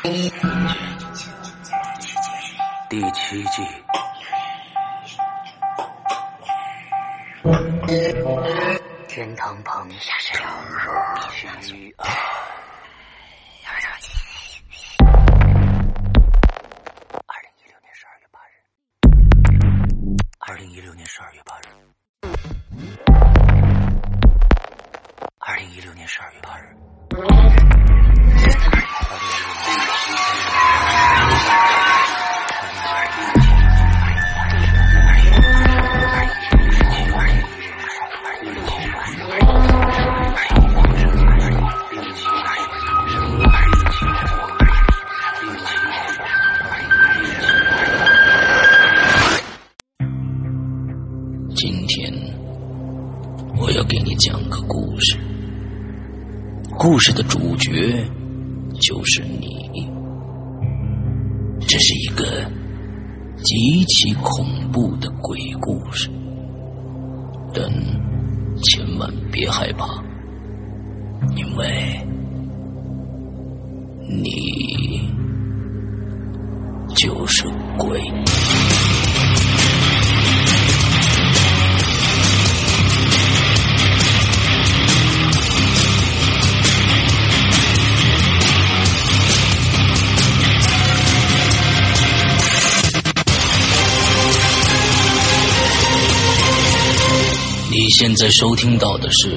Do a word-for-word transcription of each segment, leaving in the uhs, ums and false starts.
第七季。天堂旁下雨啊。二零一六年十二月八日。二零一六年十二月八日。二零一六年十二月八日。今天我要给你讲个故事，故事的主角就是你。这是一个极其恐怖的鬼故事，但千万别害怕，因为你就是鬼。你现在收听到的是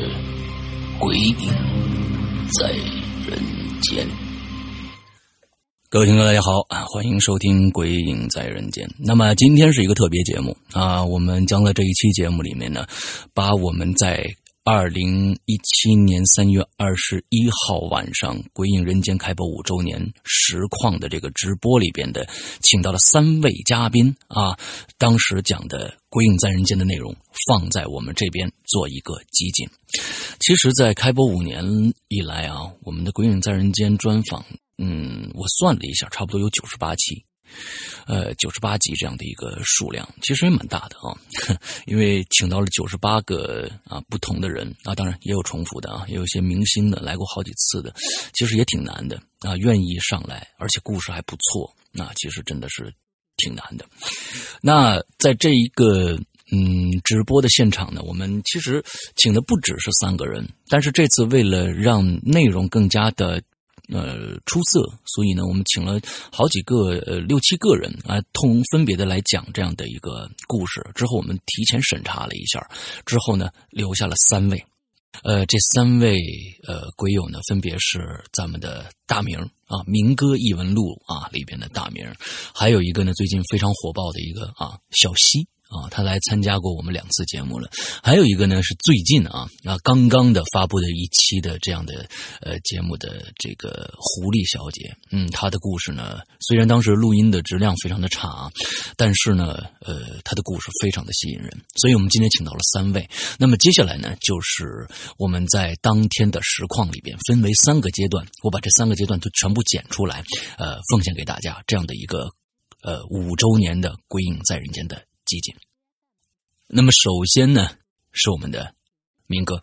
《鬼影在人间》。各位听众大家好，欢迎收听《鬼影在人间》。那么今天是一个特别节目啊，我们将在这一期节目里面呢，把我们在二零一七年三月二十一号晚上《鬼影人间》开播五周年实况的这个直播里边的，请到了三位嘉宾啊，当时讲的《鬼影在人间》的内容放在我们这边做一个集锦。其实在开播五年以来啊，我们的《鬼影在人间》专访，嗯，我算了一下，差不多有九十八期。呃，九十八集这样的一个数量，其实也蛮大的啊，因为请到了九十八个啊不同的人啊，当然也有重复的啊，也有一些明星的来过好几次的，其实也挺难的啊，愿意上来，而且故事还不错，那其实真的是挺难的。那在这一个嗯直播的现场呢，我们其实请的不只是三个人，但是这次为了让内容更加的呃，出色，所以呢，我们请了好几个呃六七个人啊，同分别的来讲这样的一个故事。之后我们提前审查了一下，之后呢，留下了三位。呃，这三位呃鬼友呢，分别是咱们的大明啊，《民歌异闻录》啊里边的大明，还有一个呢，最近非常火爆的一个啊小西。啊，他来参加过我们两次节目了。还有一个呢是最近啊啊刚刚的发布的一期的这样的呃节目的这个狐狸小姐，嗯，她的故事呢，虽然当时录音的质量非常的差，但是呢，呃，她的故事非常的吸引人，所以我们今天请到了三位。那么接下来呢，就是我们在当天的实况里边分为三个阶段，我把这三个阶段都全部剪出来，呃，奉献给大家这样的一个呃五周年的《鬼影在人间》的集锦。那么首先呢，是我们的民哥。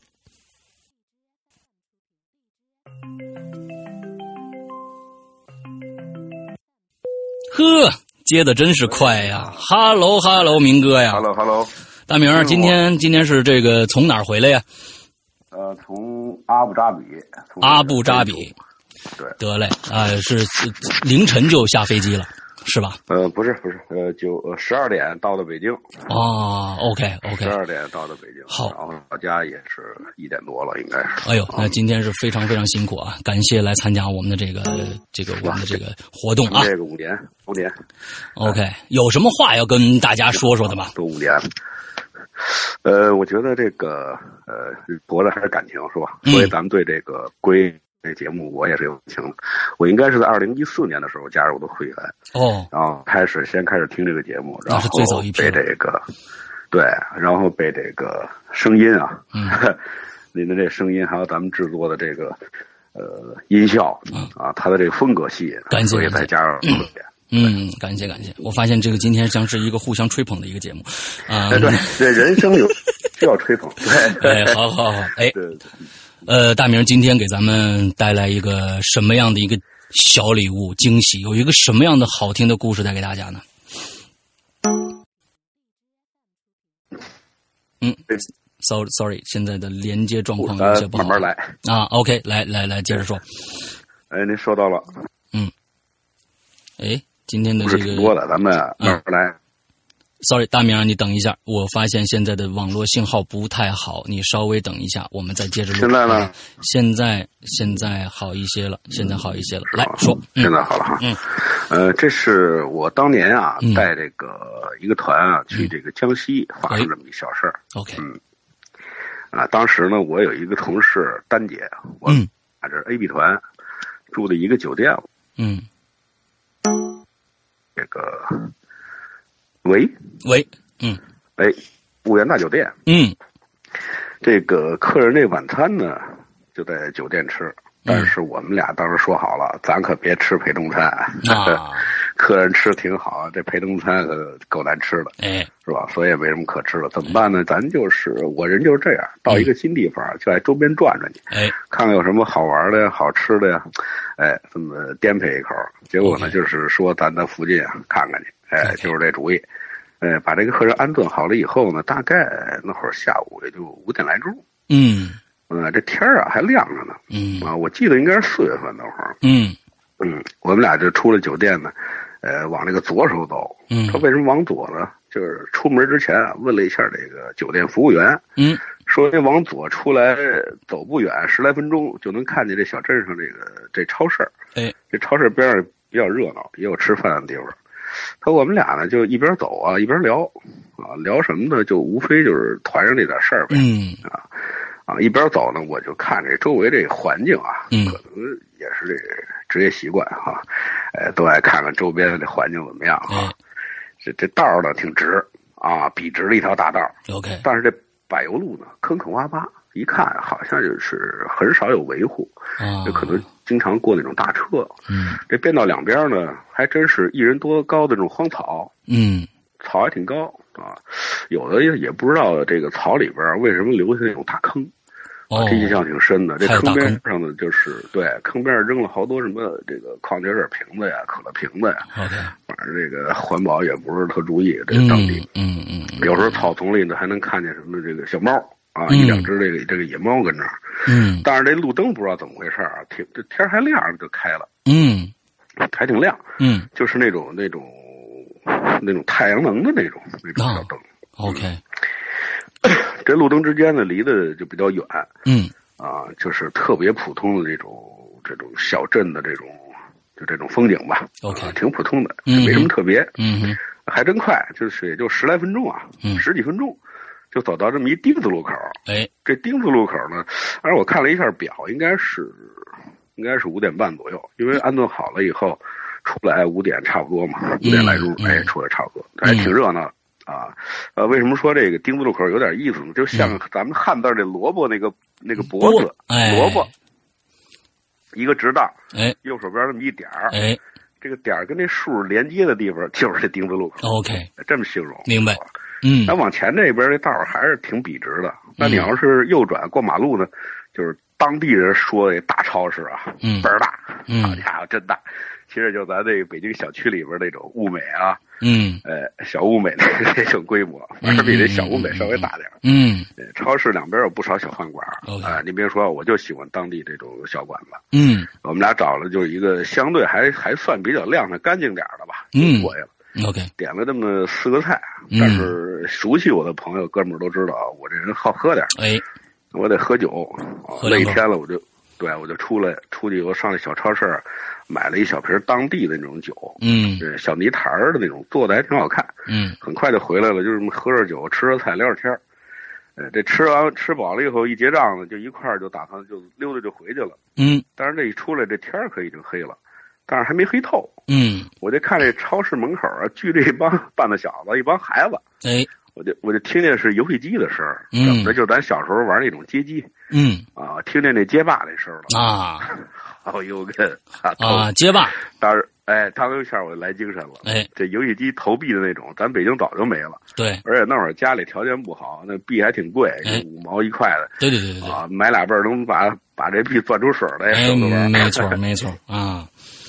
呵，接的真是快呀！哈喽哈喽，民哥呀！ 哈喽哈喽， 大明，今天今天是这个从哪儿回来呀？ 呃，从阿布扎比。 阿布扎比， 对， 得嘞啊、呃，是凌晨就下飞机了。是吧？ 呃，不是不是，呃，就呃十二点到的北京。 哦 ，OK OK， 十二点到的北京。 好， 然后到家也是一点多了，应该是。 哎呦，那今天是非常非常辛苦啊！感谢来参加我们的这个这个我们的这个活动啊。 这个五年五年。 OK， 有什么话要跟大家说说的吗？ 都五年了。呃，我觉得这个呃，活着还是感情是吧？ 嗯、 所以咱们对这个归。这节目我也是有情的，我应该是在二零一四年的时候加入的会员哦， 然后开始先开始听这个节目，然后被这个对，然后被这个声音啊， 嗯， 您的这声音还有咱们制作的这个呃音效、嗯、啊，它的这个风格吸引， 感谢， 所以再加入会员。 嗯，感谢感谢。我发现这个今天将是一个互相吹捧的一个节目啊、 嗯。对，这人生有需要吹捧，对， 哎，好好好，哎， 对对。 呃，大明今天给咱们带来一个什么样的一个小礼物惊喜，有一个什么样的好听的故事带给大家呢？嗯 ，sorry sorry， 现在的连接状况有些不好， 慢慢来啊。OK， 来来来，接着说。 哎，您说到了。 嗯。哎，今天的这个不是挺多的，咱们慢慢来。嗯 Sorry， 大明，你等一下，我发现现在的网络信号不太好，你稍微等一下，我们再接着录。 现在呢？ 现在现在好一些了，现在好一些了。来说， 嗯、现在好了哈。 嗯， 呃，这是我当年啊、 嗯、 带这个一个团啊、嗯、去这个江西发生这么一小事儿。 OK， 嗯，啊，当时呢，我有一个同事丹姐，我啊这 A B 团住的一个酒店。 嗯， 这个。喂喂，嗯， 哎，婺源大酒店， 嗯， 这个客人这晚餐呢就在酒店吃，但是我们俩当时说好了，咱可别吃陪中餐， 啊， 客人吃挺好，这陪中餐可够难吃的， 哎， 是吧？所以也没什么可吃的，怎么办呢？咱就是我人就是这样，到一个新地方、嗯、就爱周边转转去， 哎， 看看有什么好玩的呀、好吃的呀，哎，这么颠沛一口。结果呢， okay. 就是说咱在附近啊看看去。哎，就是这主意，哎，把这个客人安顿好了以后呢，大概那会儿下午也就五点来钟， 嗯， 呃，这天儿啊还亮着呢， 嗯啊，我记得应该是四月份那会儿， 嗯嗯，我们俩就出了酒店呢，呃，往这个左手走， 嗯， 他为什么往左呢？就是出门之前啊，问了一下这个酒店服务员， 嗯， 说这往左出来走不远，十来分钟就能看见这小镇上这个这超市， 哎， 这超市边上比较热闹，也有吃饭的地方。他我们俩呢就一边走啊一边聊啊，聊什么呢？就无非就是团上这点事儿呗。 嗯啊啊，一边走呢，我就看这周围这环境啊， 嗯， 可能也是这个职业习惯哈、啊，呃，都爱看看周边的这环境怎么样啊。 哎、 这这道儿呢挺直啊，笔直的一条大道。 OK， 但是这柏油路呢坑坑洼洼，一看好像就是很少有维护， 啊， 就可能经常过那种大车。 嗯， 这变道两边呢，还真是一人多高的这种荒草。 嗯， 草还挺高啊，有的也也不知道这个草里边为什么留下那种大坑。 哦， 这印象挺深的。这坑边上呢，就是对坑边扔了好多什么这个矿泉水瓶子呀、可乐瓶子呀。 OK， 反正这个环保也不是特注意。这个当地， 嗯嗯，嗯有时候草丛里呢还能看见什么这个小猫啊，嗯、一两只这个这个野猫跟那儿。 嗯， 但是这路灯不知道怎么回事啊，挺这天还亮着就开了。 嗯， 还挺亮。 嗯，就是那种那种那种太阳能的那种那种小灯。 哦、OK。 这路灯之间呢，离得就比较远， 嗯， 啊，就是特别普通的这种这种小镇的这种就这种风景吧 ，OK，、 啊、挺普通的， 嗯、 没什么特别， 嗯哼， 还真快，就是也就十来分钟啊， 嗯， 十几分钟就走到这么一丁字路口， 哎， 这丁字路口呢，而我看了一下表，应该是应该是五点半左右，因为安顿好了以后出来五点差不多嘛，五点来钟， 嗯、 哎，出来差不多，还挺热闹。啊，呃，为什么说这个丁字路口有点意思呢？就像咱们汉字这萝卜那个、嗯、那个脖子， 哎、 萝卜，一个直道， 哎， 右手边那么一点儿， 哎， 这个点儿跟这竖连接的地方就是这丁字路口。 OK， 这么形容， 明白。嗯， 那往前这边这道还是挺笔直的。那你要是右转过马路呢，就是当地人说这大超市啊， 嗯， 倍儿大， 嗯， 好家伙，真大。其实就咱这个北京小区里边那种物美啊， 嗯， 呃，小物美那那种规模，反正比这小物美稍微大点。 嗯， 超市两边有不少小饭馆，啊、 okay. 呃，您别说，我就喜欢当地这种小馆子。 嗯， 我们俩找了就是一个相对还还算比较亮的、干净点的吧， 嗯， 过去了。 OK， 点了这么四个菜，但是熟悉我的朋友哥们儿都知道，我这人好喝点， 哎， 我得喝酒， 喝那一天了我就。对，我就出来，出去以后上那小超市，买了一小瓶当地的那种酒， 嗯， 对，小泥坛儿的那种，做的还挺好看， 嗯， 很快就回来了，就是喝着酒，吃着菜，聊着天儿，呃，这吃完吃饱了以后一结账呢，就一块儿就打算就溜达就回去了， 嗯， 但是这一出来，这天儿可已经黑了，但是还没黑透， 嗯， 我就看这超市门口啊，聚着一帮半大小子，一帮孩子， 哎。 我就我就听见是游戏机的声儿， 嗯， 怎么着？就咱小时候玩那种街机， 嗯， 啊，听见那街霸那声了啊， 好有个啊啊街霸， 当时哎，当时一下我就来精神了， 哎， 这游戏机投币的那种，咱北京早就没了， 对， 而且那会儿家里条件不好，那币还挺贵， 哎、 五毛一块的， 对对对对啊，买俩倍儿能把把这币赚出水来， 哎，没错没错啊。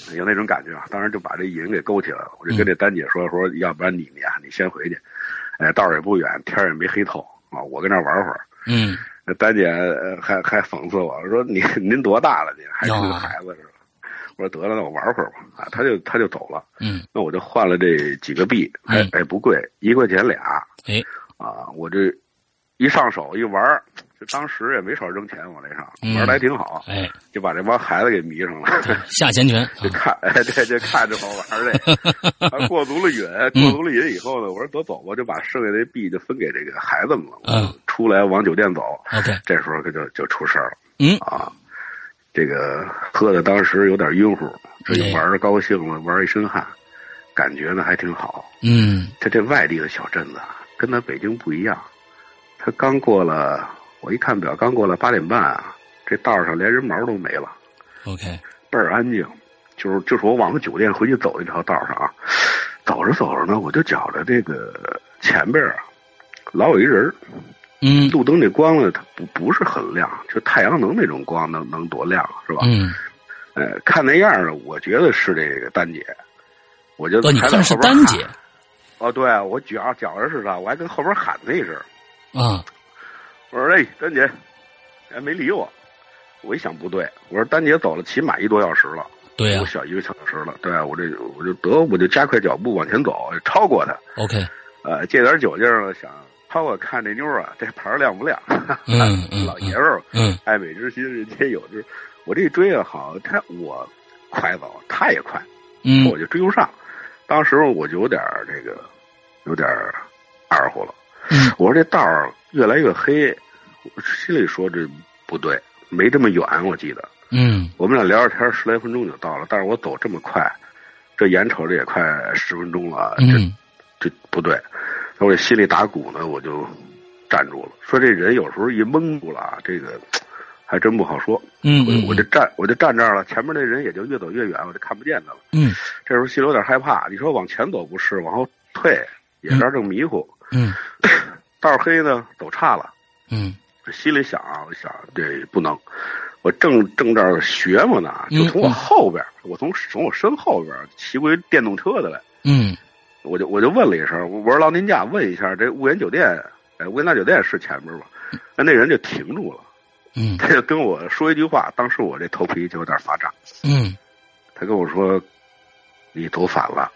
有那种感觉啊，当时就把这瘾给勾起来了。我就跟这丹姐说说，要不然你你啊，你先回去，哎，道也不远，天也没黑透啊，我跟那玩会儿。 嗯， 那丹姐还还讽刺我说：“你您多大了？你还是个孩子是吧？”我说：“得了，那我玩会儿吧。”啊，他就他就走了。 嗯， 那我就换了这几个币，哎、嗯、哎不贵，一块钱俩。 哎， 啊，我这一上手一玩。就当时也没少扔钱往这上，玩的还挺好， 哎， 就把这帮孩子给迷上了， 下闲拳， 就看，哎，对，就看着好玩这。他过足了瘾，过足了瘾以后呢，我说得走吧，就把剩下的币就分给这个孩子们了。 嗯， 出来往酒店走 ，OK， 这时候可就就出事了。 嗯啊，这个喝的当时有点晕乎，这就玩的高兴了，玩一身汗，感觉呢还挺好。 嗯， 他这外地的小镇子跟咱北京不一样，他刚过了。我一看表，刚过了八点半啊，这道上连人毛都没了。 OK， 倍儿安静，就是就是我往酒店回去走一条道上啊，走着走着呢，我就觉着这个前边啊，老有一人。 嗯， 路灯这光呢，它不不是很亮，就太阳能那种光能能多亮是吧？ 嗯， 呃，看那样呢，我觉得是这个丹姐，我就哦，你看是丹姐。 哦，对，我觉觉着是她，我还跟后边喊她一声。 啊。 我说：“哎，丹姐，还没理我。”我一想不对，我说：“丹姐走了，起码一多小时了， 对呀、啊， 我小一个小时了。对、啊，我这我就得我就加快脚步往前走，超过他。 OK， 呃，借点酒劲儿了，想超过看这妞啊，这牌亮不亮？ 嗯嗯， 老爷们儿， 嗯， 爱美之心，人皆有之。我这一追啊，好，他我快走，他也快， 嗯， 我就追不上。当时我就有点这个，有点二乎了。 嗯， 我说这道儿越来越黑。”我心里说这不对，没这么远，我记得。 嗯， 我们俩聊着天十来分钟就到了，但是我走这么快，这眼瞅着也快十分钟了， 嗯， 这这不对。我这心里打鼓呢，我就站住了。说这人有时候一蒙住了，这个还真不好说。 嗯， 我我就站我就站这儿了，前面那人也就越走越远，我就看不见他了。 嗯， 这时候心里有点害怕。你说往前走不是，往后退也这儿正迷糊。 嗯， 道黑呢，走岔了。 嗯。 心里想啊，我想这不能，我正正这儿学嘛呢，就从我后边，嗯、我从从我身后边骑过一电动车的来， 嗯， 我就我就问了一声，我说劳您驾，问一下这婺源酒店，哎，婺源大酒店是前面吧？那那人就停住了， 嗯， 他就跟我说一句话，当时我这头皮就有点发炸， 嗯， 他跟我说，你走反了，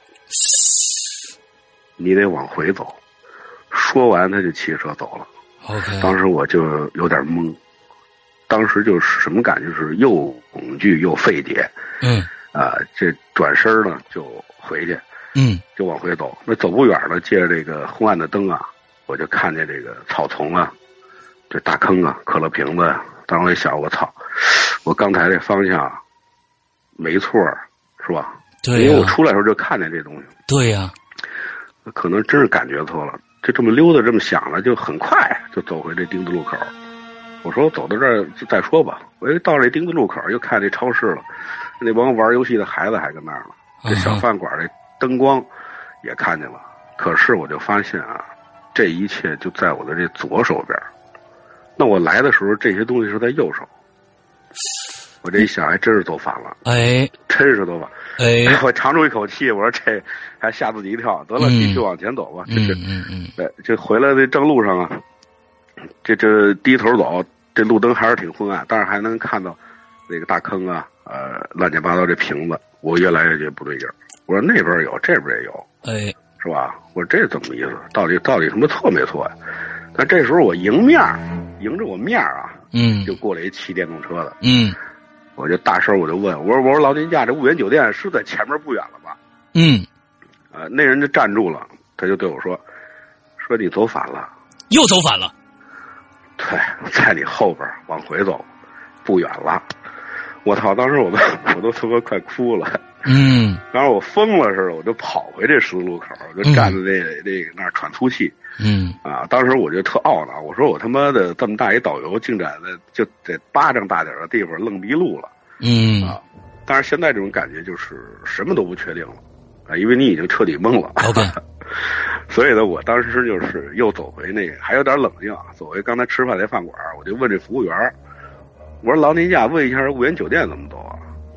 你得往回走。说完，他就骑车走了。 OK， 当时我就有点懵，当时就是什么感觉，就是又恐惧又费解。 嗯， 啊、呃，这转身呢就回去， 嗯， 就往回走。那走不远了，借着这个昏暗的灯啊，我就看见这个草丛啊，这大坑啊，可乐瓶子呀、啊。当时我一想，我操，我刚才这方向没错，是吧？ 对、啊， 因为我出来的时候就看见这东西。 对呀、 啊，可能真是感觉错了。就这么溜达，这么想了，就很快就走回这丁字路口。我说走到这儿就再说吧。我一到这丁字路口，又看这超市了，那帮玩游戏的孩子还跟那儿了。这小饭馆这灯光也看见了。可是我就发现啊，这一切就在我的这左手边。那我来的时候，这些东西是在右手。我这一想，还真是走反了。 哎， 真是走反。 哎， 我长出一口气，我说这还吓自己一跳。得了，继续往前走吧。 嗯这是， 嗯嗯， 对，这回来的正路上啊，这这低头走，这路灯还是挺昏暗，但是还能看到那个大坑啊，呃，乱七八糟这瓶子。我越来越觉得不对劲儿。我说那边有，这边也有， 哎， 是吧？我说这怎么意思？到底到底什么错没错呀？但这时候我迎面，迎着我面啊， 嗯， 就过来一骑电动车的， 嗯。 我就大声我就问我说我说劳您驾这婺源酒店是在前面不远了吧？ 嗯， 呃，那人就站住了，他就对我说说你走反了， 又走反了。 对，在你后边往回走，不远了。我操！当时我都我都他妈快哭了。 嗯， 当时我疯了似的，我就跑回这十字路口，我就站在那那个那儿喘粗气。 嗯啊，当时我就特懊恼，我说我他妈的这么大一导游，竟然的就在巴掌大点的地方愣迷路了。 嗯啊，但是现在这种感觉就是什么都不确定了啊，因为你已经彻底懵了。 OK， 所以呢，我当时就是又走回那个，还有点冷静啊，走回刚才吃饭那饭馆，我就问这服务员，我说劳您驾，问一下婺源酒店怎么走啊？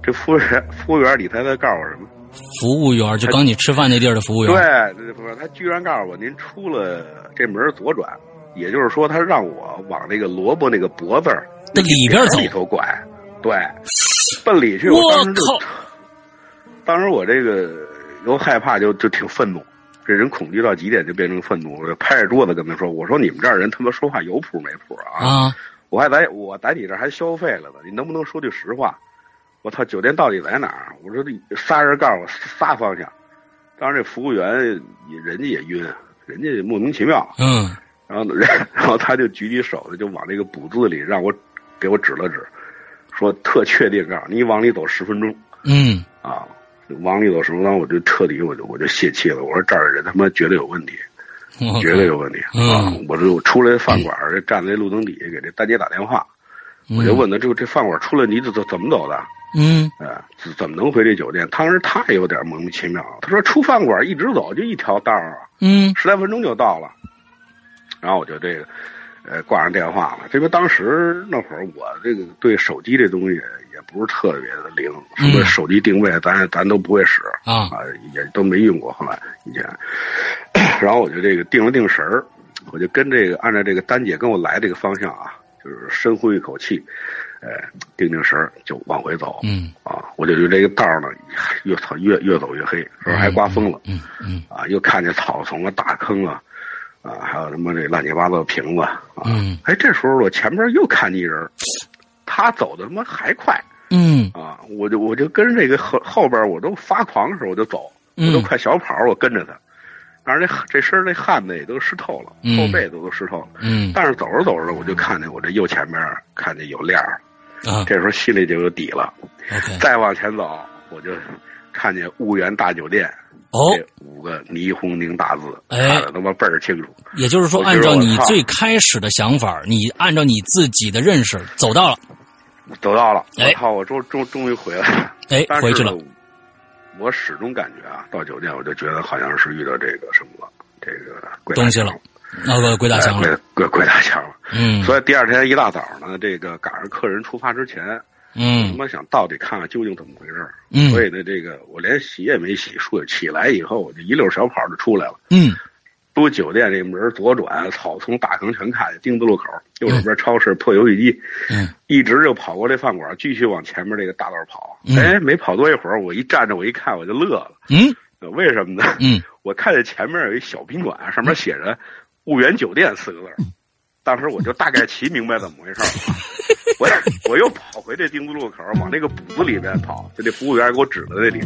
这服务员服务员里台在告诉我什么？ 服务员就刚你吃饭那地儿的服务员。 对，不是他居然告诉我，您出了这门左转，也就是说，他让我往那个萝卜那个脖子那里边走， 里头拐，对，奔里去。 我当时就靠！ 当时我这个由害怕就就挺愤怒，这人恐惧到极点就变成愤怒，我就拍着桌子跟他说：“我说你们这儿人他妈说话有谱没谱啊？ 啊！ 我还在我在你这儿还消费了呢，你能不能说句实话？我操，酒店到底在哪儿？我说仨人告诉我仨方向。当时这服务员人家也晕，人家莫名其妙。 嗯， 然后然后他就举起手就往那个补字里让我给我指了指，说特确定告诉你往里走十分钟。 嗯啊，往里走十分钟，我就彻底我就我就泄气了。我说这儿的人他妈绝对有问题。绝对有问题啊！ 嗯、 我就出来饭馆，嗯、站在路灯底下给这大姐打电话，嗯、我就问他这这饭馆出来你怎怎么走的？ 嗯， 呃，怎么能回这酒店？当时他也有点莫名其妙。他说出饭馆一直走就一条道啊， 嗯， 十来分钟就到了。然后我就这个，呃，挂上电话了。因为当时那会儿我这个对手机这东西也不是特别的灵，什么手机定位咱咱都不会使啊， 啊，也都没用过。后来以前，然后我就这个定了定神儿，我就跟这个按照这个丹姐跟我来这个方向啊，就是深呼一口气。呃，定定神儿就往回走， 嗯啊，我就觉得这个道呢，越操越越走越黑，是吧？还刮风了， 嗯嗯啊，又看见草丛啊、大坑啊，啊，还有什么这乱七八糟的瓶子啊， 嗯， 哎，这时候我前边又看见一人，他走的他妈还快， 嗯啊，我就我就跟这个后后边我都发狂的时候我就走，我都快小跑，我跟着他。当然这这身这汗呢也都湿透了，后背都都湿透了， 嗯， 但是走着走着我就看见我这右前面看见有亮儿。 啊， 这时候心里就有底了。 OK， 再往前走，我就看见婺源大酒店， 哦， 这五个霓虹宁大字， 哎， 看得他妈倍儿清楚。 也就是说，按照你最开始的想法，你按照你自己的认识走到了， 走到了。 哎， 我操！我终终终于回来了。 哎，回去了。 我始终感觉啊，到酒店我就觉得好像是遇到这个什么了，这个鬼东西了。那个鬼打墙了， 鬼鬼打墙了。 嗯， 所以第二天一大早呢，这个赶上客人出发之前， 嗯， 我他妈想到底看看究竟怎么回事。 嗯， 所以呢，这个我连洗也没洗，睡起来以后我就一溜小跑就出来了。 嗯， 出酒店这门左转，草丛大坑全看见，丁字路口右手边超市破游戏机， 嗯， 一直就跑过这饭馆，继续往前面这个大道跑。 嗯、 哎，没跑多一会儿，我一站着，我一看我就乐了。 嗯， 为什么呢？ 嗯， 我看见前面有一小宾馆，上面写着婺源酒店四个字，当时我就大概其明白怎么回事了。我我又跑回这丁字路口，往那个补子里边跑，就这服务员给我指的那里边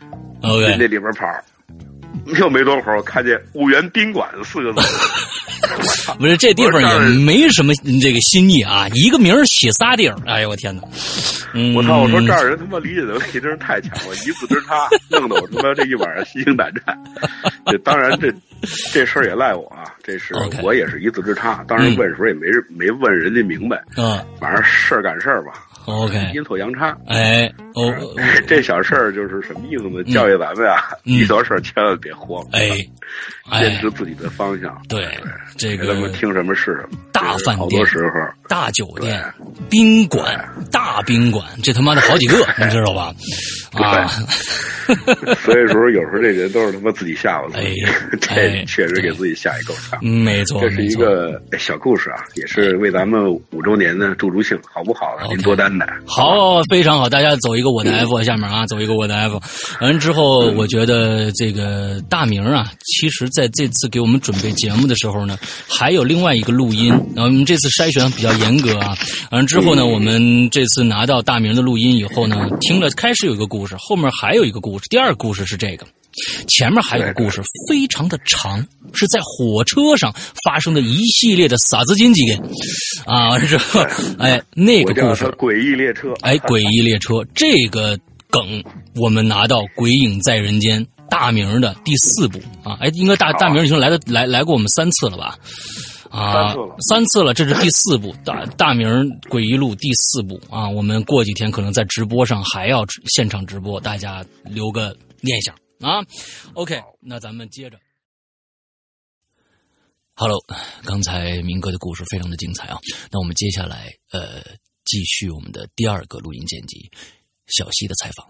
，OK， 那里边跑，又没多会儿，我看见婺源宾馆四个字。 不是，这地方也没什么这个新意啊，一个名儿写仨地儿。哎呦我天哪！嗯， 我操！我说这儿人他妈理解能力真是太强了，一字之差，弄得我他妈这一晚上心惊胆战。这当然这这事儿也赖我啊，这是 okay, 我也是一字之差。当然问时候也没、嗯、没问人家明白。 嗯， 反正事儿赶事儿吧。 OK， 阴错阳差。 哎，哦， 这小事儿就是什么意思呢？嗯、教育咱们啊，遇到事儿千万别慌。 哎。 坚持自己的方向， 对，这个听什么是什么。 大饭店， 好多时候大酒店、宾馆、大宾馆，这他妈的好几个，你知道吧？啊， 所以说有时候这人都是他妈自己吓唬自己， 哎、 这确实给自己吓一够呛。 没错， 这是一个小故事啊，也是为咱们五周年的助助兴，好不好？您多担待。 好，非常好，大家走一个我的 F， 下面啊，走一个我的 F。完之后，我觉得这个大明啊，其实在这次给我们准备节目的时候呢，还有另外一个录音，然后我们这次筛选比较严格啊。完之后呢，我们这次拿到大明的录音以后呢，听了开始有一个故事，后面还有一个故事，第二个故事是这个。前面还有个故事非常的长，是在火车上发生的一系列的撒子金几个啊，完之后哎那个故事诡异列车， 哎诡异列车这个梗我们拿到《鬼影在人间》大明的第四部啊，哎应该大大明已经来的来来过我们三次了吧？啊，三次了，这是第四部大大明诡异录第四部啊，我们过几天可能在直播上还要现场直播，大家留个念想。啊 ，OK， 那咱们接着。Hello， 刚才明哥的故事非常的精彩啊，那我们接下来呃继续我们的第二个录音剪辑。 小溪的采访。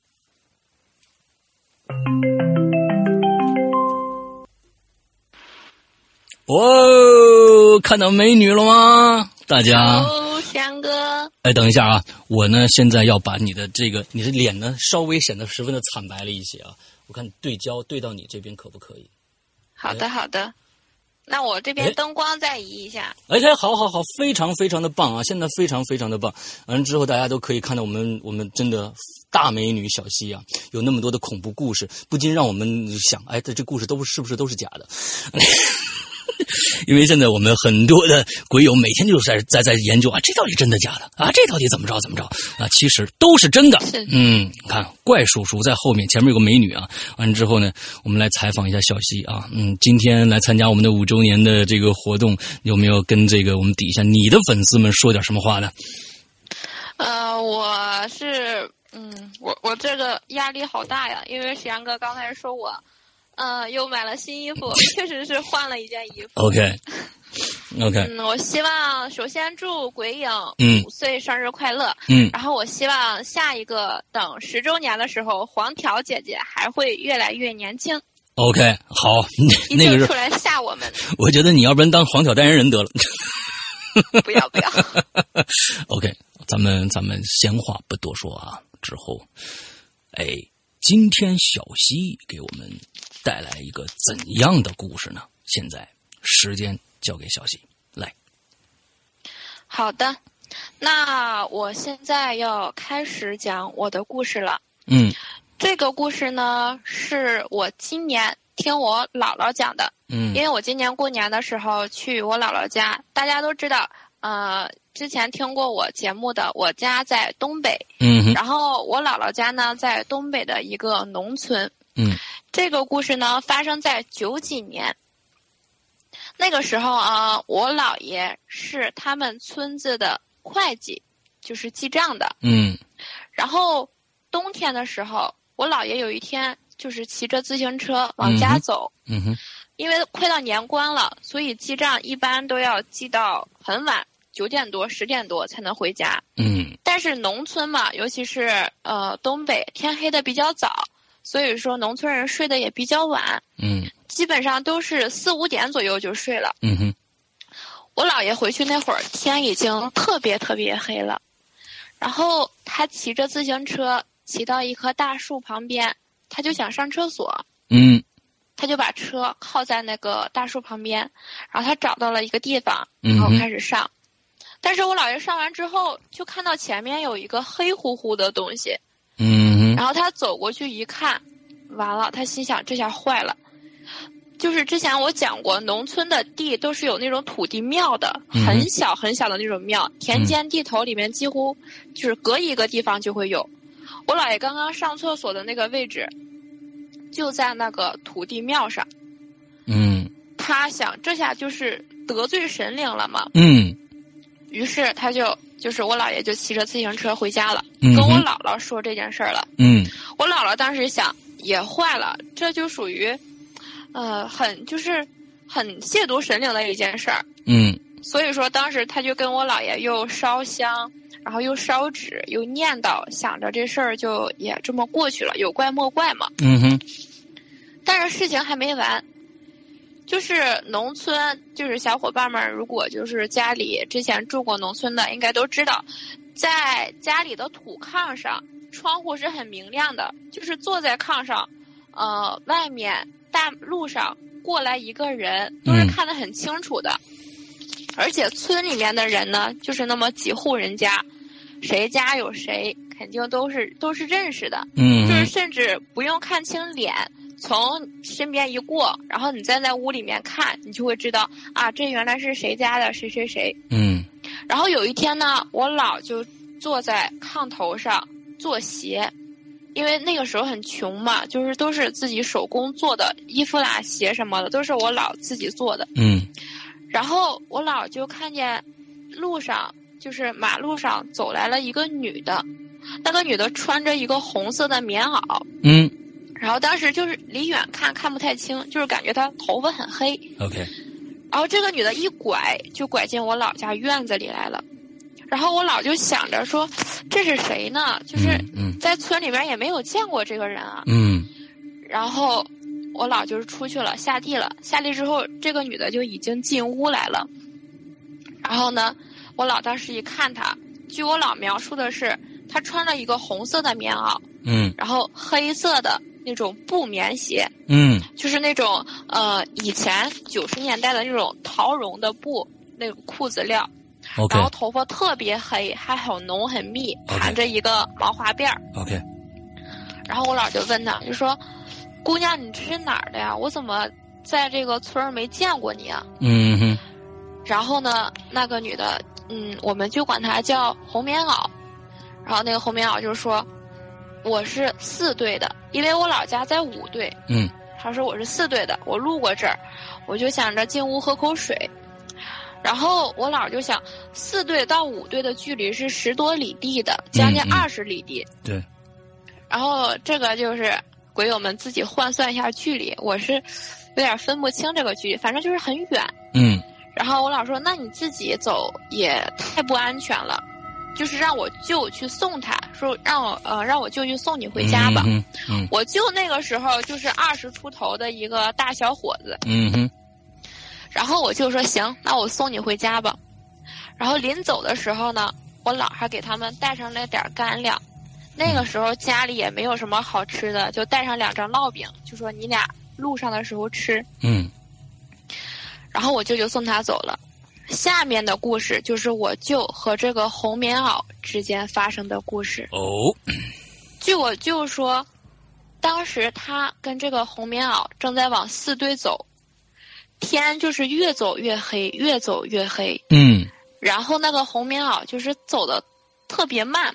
哦，看到美女了吗？大家。 哦，翔哥。 哎，等一下啊，我呢现在要把你的这个你的脸呢稍微显得十分的惨白了一些啊，我看对焦对到你这边可不可以？ 好的，好的。那我这边灯光再移一下。 哎，哎，好好好，非常非常的棒啊！现在非常非常的棒。完了之后，大家都可以看到我们我们真的大美女小溪啊，有那么多的恐怖故事，不禁让我们想，哎，这这故事都是不是都是假的？因为现在我们很多的鬼友每天就在在在研究啊，这到底真的假的啊？这到底怎么着怎么着啊？其实都是真的。嗯，看怪叔叔在后面，前面有个美女啊。完了之后呢，我们来采访一下小溪啊。嗯，今天来参加我们的五周年的这个活动，有没有跟这个我们底下你的粉丝们说点什么话呢？ 呃，我是嗯，我我这个压力好大呀，因为沈阳哥刚才说我。呃，又买了新衣服，确实是换了一件衣服。 OK，OK，、okay. okay. 嗯，我希望首先祝鬼影五岁生日快乐。 嗯， 然后我希望下一个等十周年的时候，黄条姐姐还会越来越年轻。 OK， 好，那个是出来吓我们。 我觉得你要不然当黄条代言人得了。 不要不要。 OK， 咱们咱们闲话不多说啊，之后，哎，今天小溪给我们带来一个怎样的故事呢？现在时间交给小溪来。 好的，那我现在要开始讲我的故事了。 嗯， 这个故事呢是我今年听我姥姥讲的。 嗯， 因为我今年过年的时候去我姥姥家，大家都知道，呃，之前听过我节目的，我家在东北。 嗯， 然后我姥姥家呢在东北的一个农村。 嗯， 这个故事呢发生在九几年。那个时候啊，我姥爷是他们村子的会计，就是记账的。 嗯， 然后冬天的时候，我姥爷有一天就是骑着自行车往家走。 嗯哼， 因为快到年关了，所以记账一般都要记到很晚，九点多、十点多才能回家。 嗯， 但是农村嘛，尤其是呃东北，天黑的比较早。所以说，农村人睡得也比较晚， 嗯， 基本上都是四五点左右就睡了。 嗯哼， 我姥爷回去那会儿，天已经特别特别黑了，然后他骑着自行车骑到一棵大树旁边，他就想上厕所。 嗯， 他就把车靠在那个大树旁边，然后他找到了一个地方，然后开始上。嗯、但是我姥爷上完之后，就看到前面有一个黑乎乎的东西。 嗯， 然后他走过去一看，完了，他心想这下坏了。就是之前我讲过，农村的地都是有那种土地庙的， 嗯、 很小很小的那种庙，田间地头里面几乎就是隔一个地方就会有。我姥爷刚刚上厕所的那个位置，就在那个土地庙上。 嗯， 他想这下就是得罪神灵了嘛。 嗯， 于是他就。就是我姥爷就骑着自行车回家了， 嗯、 跟我姥姥说这件事儿了。 嗯， 我姥姥当时想也坏了，这就属于，呃，很就是很亵渎神灵的一件事儿。 嗯， 所以说当时他就跟我姥爷又烧香，然后又烧纸，又念叨，想着这事儿就也这么过去了，有怪莫怪嘛。 嗯哼。 但是事情还没完。就是农村，就是小伙伴们，如果就是家里之前住过农村的，应该都知道，在家里的土炕上，窗户是很明亮的，就是坐在炕上，呃，外面大路上过来一个人，都是看得很清楚的。嗯、而且村里面的人呢，就是那么几户人家，谁家有谁，肯定都是都是认识的。 嗯， 就是甚至不用看清脸。从身边一过，然后你再在屋里面看，你就会知道啊，这原来是谁家的谁谁谁。 嗯。 然后有一天呢，我姥就坐在炕头上做鞋，因为那个时候很穷嘛，就是都是自己手工做的衣服啦、鞋什么的，都是我姥自己做的。 嗯。 然后我姥就看见路上，就是马路上走来了一个女的，那个女的穿着一个红色的棉袄。 嗯。 然后当时就是离远看看不太清，就是感觉她头发很黑。 OK。 然后这个女的一拐就拐进我姥家院子里来了，然后我姥就想着说， 这是谁呢？就是在村里边也没有见过这个人啊。 嗯。 然后我姥就是出去了，下地了。下地之后，这个女的就已经进屋来了。然后呢，我姥当时一看她，据我姥描述的是，她穿了一个红色的棉袄， 嗯， 然后黑色的那种布棉鞋， 嗯， 就是那种呃以前九十年代的那种桃绒的布那种裤子料。 OK。 然后头发特别黑，还很浓很密，盘着一个毛花辫儿。 OK。 然后我姥就问她，就说：“姑娘，你这是哪儿的呀？我怎么在这个村儿没见过你啊？” 嗯哼。 然后呢，那个女的，嗯，我们就管她叫红棉袄。然后那个红棉袄就说：“我是四队的，因为我老家在五队。” 嗯。 她说我是四队的，我路过这儿，我就想着进屋喝口水。然后我姥就想，四队到五队的距离是十多里地的，将近二十里地。 嗯嗯、对。 然后这个就是鬼友们自己换算一下距离，我是有点分不清这个距离，反正就是很远。 嗯。 然后我姥说：“那你自己走也太不安全了，就是让我舅去送他，说让我呃让我舅去送你回家吧。 嗯”嗯。 我舅那个时候就是二十出头的一个大小伙子。 嗯哼。 然后我就说行，那我送你回家吧。然后临走的时候呢，我姥还给他们带上了点干粮。那个时候家里也没有什么好吃的，就带上两张烙饼，就说你俩路上的时候吃。 嗯。 然后我舅舅送他走了。下面的故事就是我舅和这个红棉袄之间发生的故事。 哦。 据我舅说，当时他跟这个红棉袄正在往四队走。天就是越走越黑，越走越黑。 嗯。 然后那个红棉袄就是走的特别慢，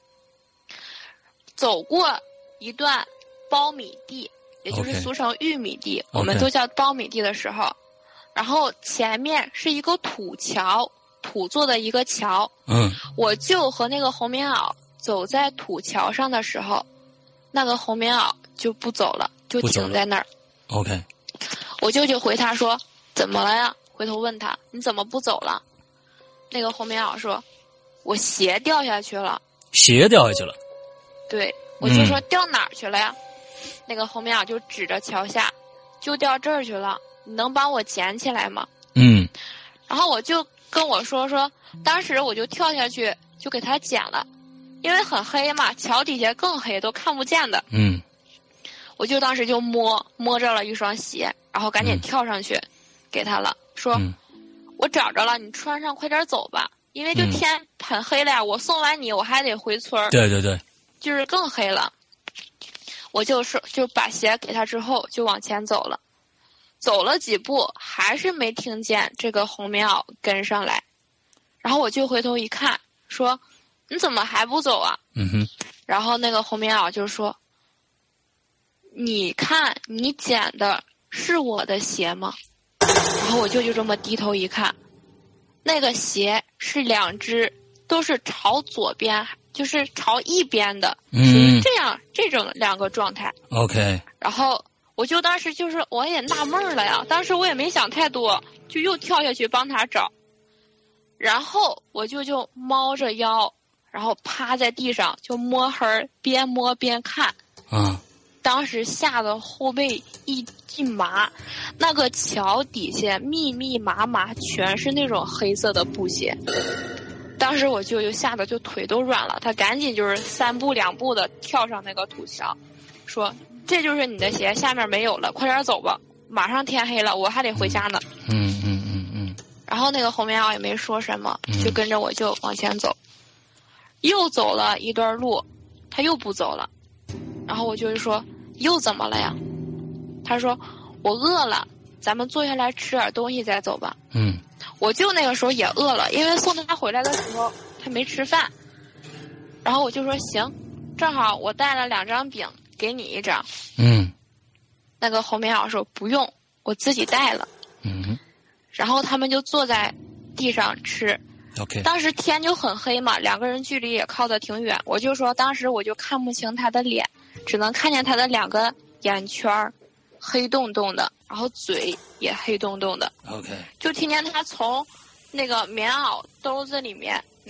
走过一段苞米地，也就是俗称玉米地， okay. 我们都叫苞米地的时候， okay. 然后前面是一个土桥，土做的一个桥。 嗯。我舅和那个红棉袄走在土桥上的时候，那个红棉袄就不走了，就停在那儿。 OK。 我舅舅回他说：“怎么了呀？”回头问他：“你怎么不走了？”那个红棉袄说：“我鞋掉下去了。” 鞋掉下去了。 对，我就说：“掉哪儿去了呀？”嗯、那个红棉袄就指着桥下，就掉这儿去了。你能帮我捡起来吗？ 嗯。 然后我就跟我说说，当时我就跳下去就给他捡了，因为很黑嘛，桥底下更黑，都看不见的。 嗯。 我就当时就摸摸着了一双鞋。然后赶紧跳上去，给他了，说、嗯：“我找着了，你穿上，快点走吧，因为就天很黑了呀。我送完你，我还得回村。” 对对对， 就是更黑了。我就是就把鞋给他之后，就往前走了。走了几步，还是没听见这个红棉袄跟上来。然后我就回头一看，说：“你怎么还不走啊？” 嗯哼。 然后那个红棉袄就说：“你看，你捡的。”是我的鞋吗？然后我舅就这么低头一看，那个鞋是两只，都是朝左边，就是朝一边的， 嗯， 属于这样这种两个状态。 OK。 然后我就当时就是我也纳闷了呀，当时我也没想太多，就又跳下去帮他找。然后我舅就猫着腰，然后趴在地上就摸黑，边摸边看。 啊。 当时吓得后背一一麻，那个桥底下密密麻麻全是那种黑色的布鞋。当时我舅舅吓得就腿都软了，他赶紧就是三步两步的跳上那个土桥，说：“这就是你的鞋，下面没有了，快点走吧，马上天黑了，我还得回家呢。” 嗯嗯嗯嗯。 然后那个红棉袄也没说什么，就跟着我舅往前走。又走了一段路，他又不走了。然后我舅就说：“又怎么了呀？”他说：“我饿了，咱们坐下来吃点东西再走吧。” 嗯。 我舅那个时候也饿了，因为送他回来的时候他没吃饭。然后我就说：“行，正好我带了两张饼，给你一张。” 嗯。 那个红棉袄说：“不用，我自己带了。” 嗯。 然后他们就坐在地上吃。 OK。 当时天就很黑嘛，两个人距离也靠得挺远。我就说当时我就看不清他的脸，只能看见他的两个眼圈黑洞洞的，然后嘴也黑洞洞的。 OK。 就听见他从那个棉袄兜子里面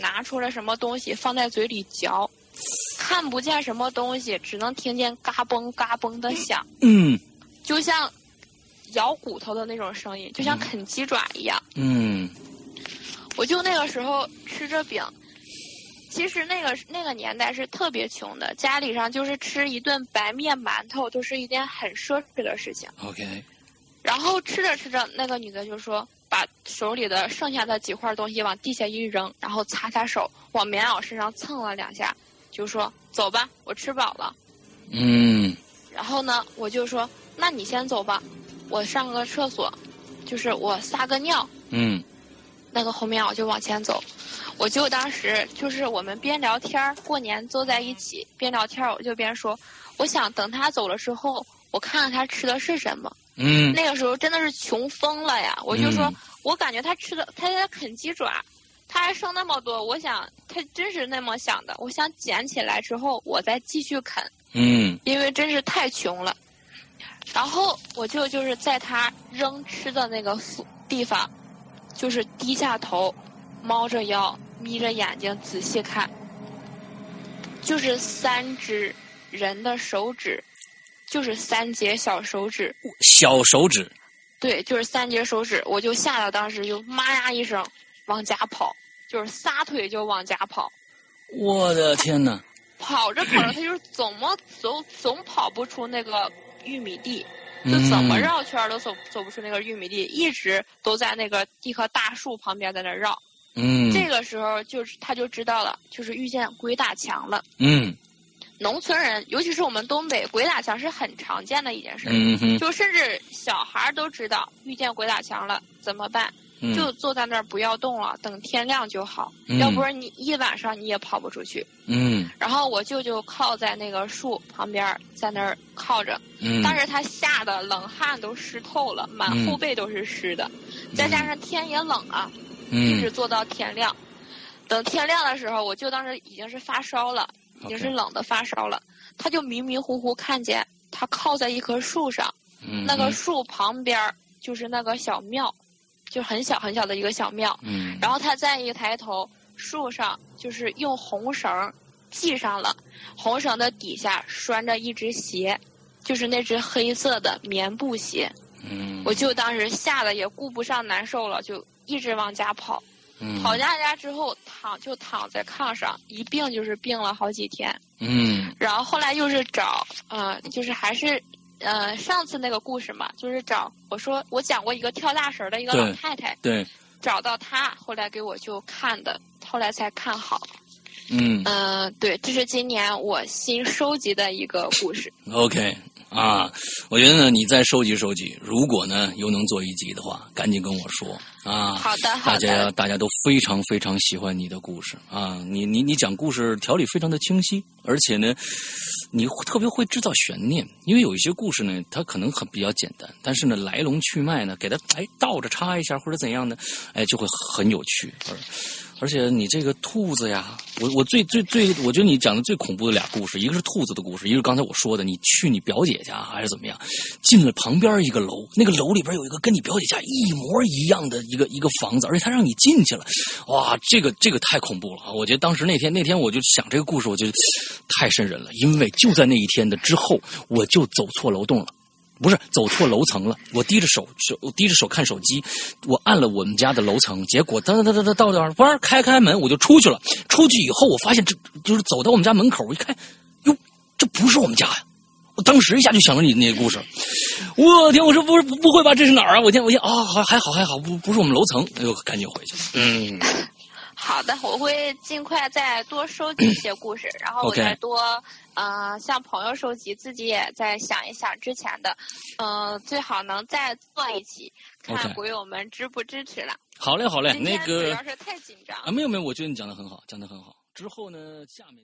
拿出了什么东西放在嘴里嚼，看不见什么东西，只能听见嘎嘣嘎嘣的响， 嗯， 就像咬骨头的那种声音，就像啃鸡爪一样。 嗯， 我就那个时候吃着饼，其实那个那个年代是特别穷的，家里上就是吃一顿白面馒头都是一件很奢侈的事情。 OK。 然后吃着吃着，那个女的就说，把手里的剩下的几块东西往地下一扔，然后擦擦手，往棉袄身上蹭了两下，就说走吧，我吃饱了。 嗯。 然后呢，我就说那你先走吧，我上个厕所，就是我撒个尿。 嗯。 那个后面我就往前走，我就当时就是我们边聊天，过年坐在一起边聊天，我就边说，我想等他走了之后，我看看他吃的是什么。 嗯， 那个时候真的是穷疯了呀！我就说， 嗯、 我感觉他吃的，他在啃鸡爪，他还剩那么多，我想他真是那么想的。我想捡起来之后，我再继续啃。 嗯， 因为真是太穷了。然后我就就是在他扔吃的那个地方，就是低下头，猫着腰，眯着眼睛仔细看，就是三只人的手指。就是三节小手指， 小手指， 对，就是三节手指，我就吓得当时就妈呀一声往家跑，就是撒腿就往家跑。 我的天哪！ 跑着跑着，他就是怎么走总跑不出那个玉米地，就怎么绕圈都走走不出那个玉米地，一直都在那个一棵大树旁边在那绕。 嗯， 这个时候就是他就知道了，就是遇见鬼打墙了。 嗯。 农村人，尤其是我们东北，鬼打墙是很常见的一件事。 嗯哼， 就甚至小孩都知道遇见鬼打墙了怎么办， 嗯、 就坐在那儿不要动了，等天亮就好。 嗯、 要不然你一晚上你也跑不出去。 嗯。 然后我舅舅靠在那个树旁边，在那儿靠着。 嗯。 但是他吓得冷汗都湿透了，满后背都是湿的，嗯、再加上天也冷啊， 嗯、 一直坐到天亮。等天亮的时候，我舅当时已经是发烧了。已经是冷的发烧了， okay. 他就迷迷糊糊看见他靠在一棵树上， 嗯、 那个树旁边就是那个小庙，就很小很小的一个小庙。 嗯， 然后他再一抬头，树上就是用红绳系上了，红绳的底下拴着一只鞋，就是那只黑色的棉布鞋。 嗯， 我就当时吓得也顾不上难受了，就一直往家跑。跑家家之后躺就躺在炕上，一病就是病了好几天。 嗯， 然后后来又是找，呃，就是还是，呃，上次那个故事嘛，就是找我说我讲过一个跳大绳的一个老太太， 对，对找到她，后来给我就看的，后来才看好。 嗯， 嗯、呃，对，这是今年我新收集的一个故事。 OK。啊，我觉得呢，你再收集收集，如果呢又能做一集的话，赶紧跟我说啊。 好的，好的。 大家大家都非常非常喜欢你的故事啊，你你你讲故事条理非常的清晰，而且呢，你特别会制造悬念，因为有一些故事呢，它可能很比较简单，但是呢来龙去脉呢，给它哎倒着插一下或者怎样的，哎就会很有趣。而且你这个兔子呀，我我最最最，我觉得你讲的最恐怖的俩故事，一个是兔子的故事，一个是刚才我说的，你去你表姐家还是怎么样，进了旁边一个楼，那个楼里边有一个跟你表姐家一模一样的一个一个房子，而且他让你进去了，哇，这个这个太恐怖了！我觉得当时那天那天我就想这个故事，我觉得太瘆人了，因为就在那一天的之后，我就走错楼栋了。不是走错楼层了，我低着手手我低着手看手机，我按了我们家的楼层，结果哒哒哒哒到这儿，嘣开开门我就出去了。出去以后，我发现这就是走到我们家门口，我一看，哟，这不是我们家呀！我当时一下就想到你那个故事，我天，我说不是不会吧？这是哪儿啊？我天，我天啊，还好还好，不不是我们楼层，哎呦，赶紧回去。嗯。 好的，我会尽快再多收集一些故事，然后我再多，呃，向朋友收集，自己也再想一想之前的，呃，最好能再做一期，看鬼友们支不支持了。 好嘞，好嘞，那个主要是太紧张啊，没有没有，我觉得你讲的很好，讲的很好。之后呢，下面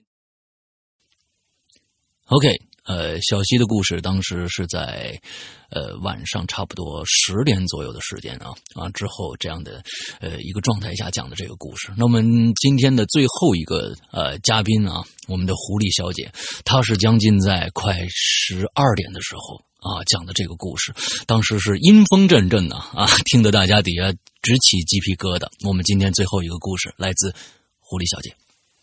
，OK。呃，小溪的故事当时是在呃晚上差不多十点左右的时间啊啊之后这样的呃一个状态下讲的这个故事。那我们今天的最后一个呃嘉宾啊，我们的狐狸小姐，她是将近在快十二点的时候啊讲的这个故事，当时是阴风阵阵呐啊，听得大家底下直起鸡皮疙瘩。我们今天最后一个故事来自狐狸小姐。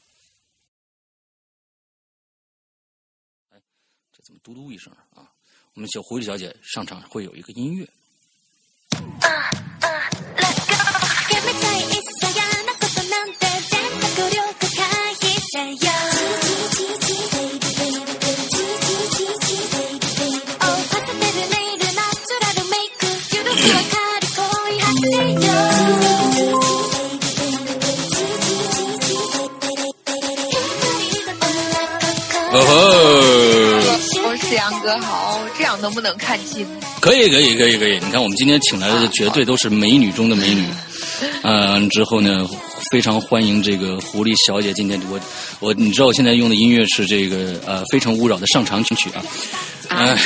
哎，这怎么嘟嘟一声啊？我们小狐狸小姐上场会有一个音乐。哦吼！ 我是杨哥好，这样能不能看清？ 可以，可以，可以，可以。你看，我们今天请来的绝对都是美女中的美女。嗯、呃，之后呢，非常欢迎这个狐狸小姐。今天我我，你知道我现在用的音乐是这个呃《非诚勿扰》的上场曲啊。嗯、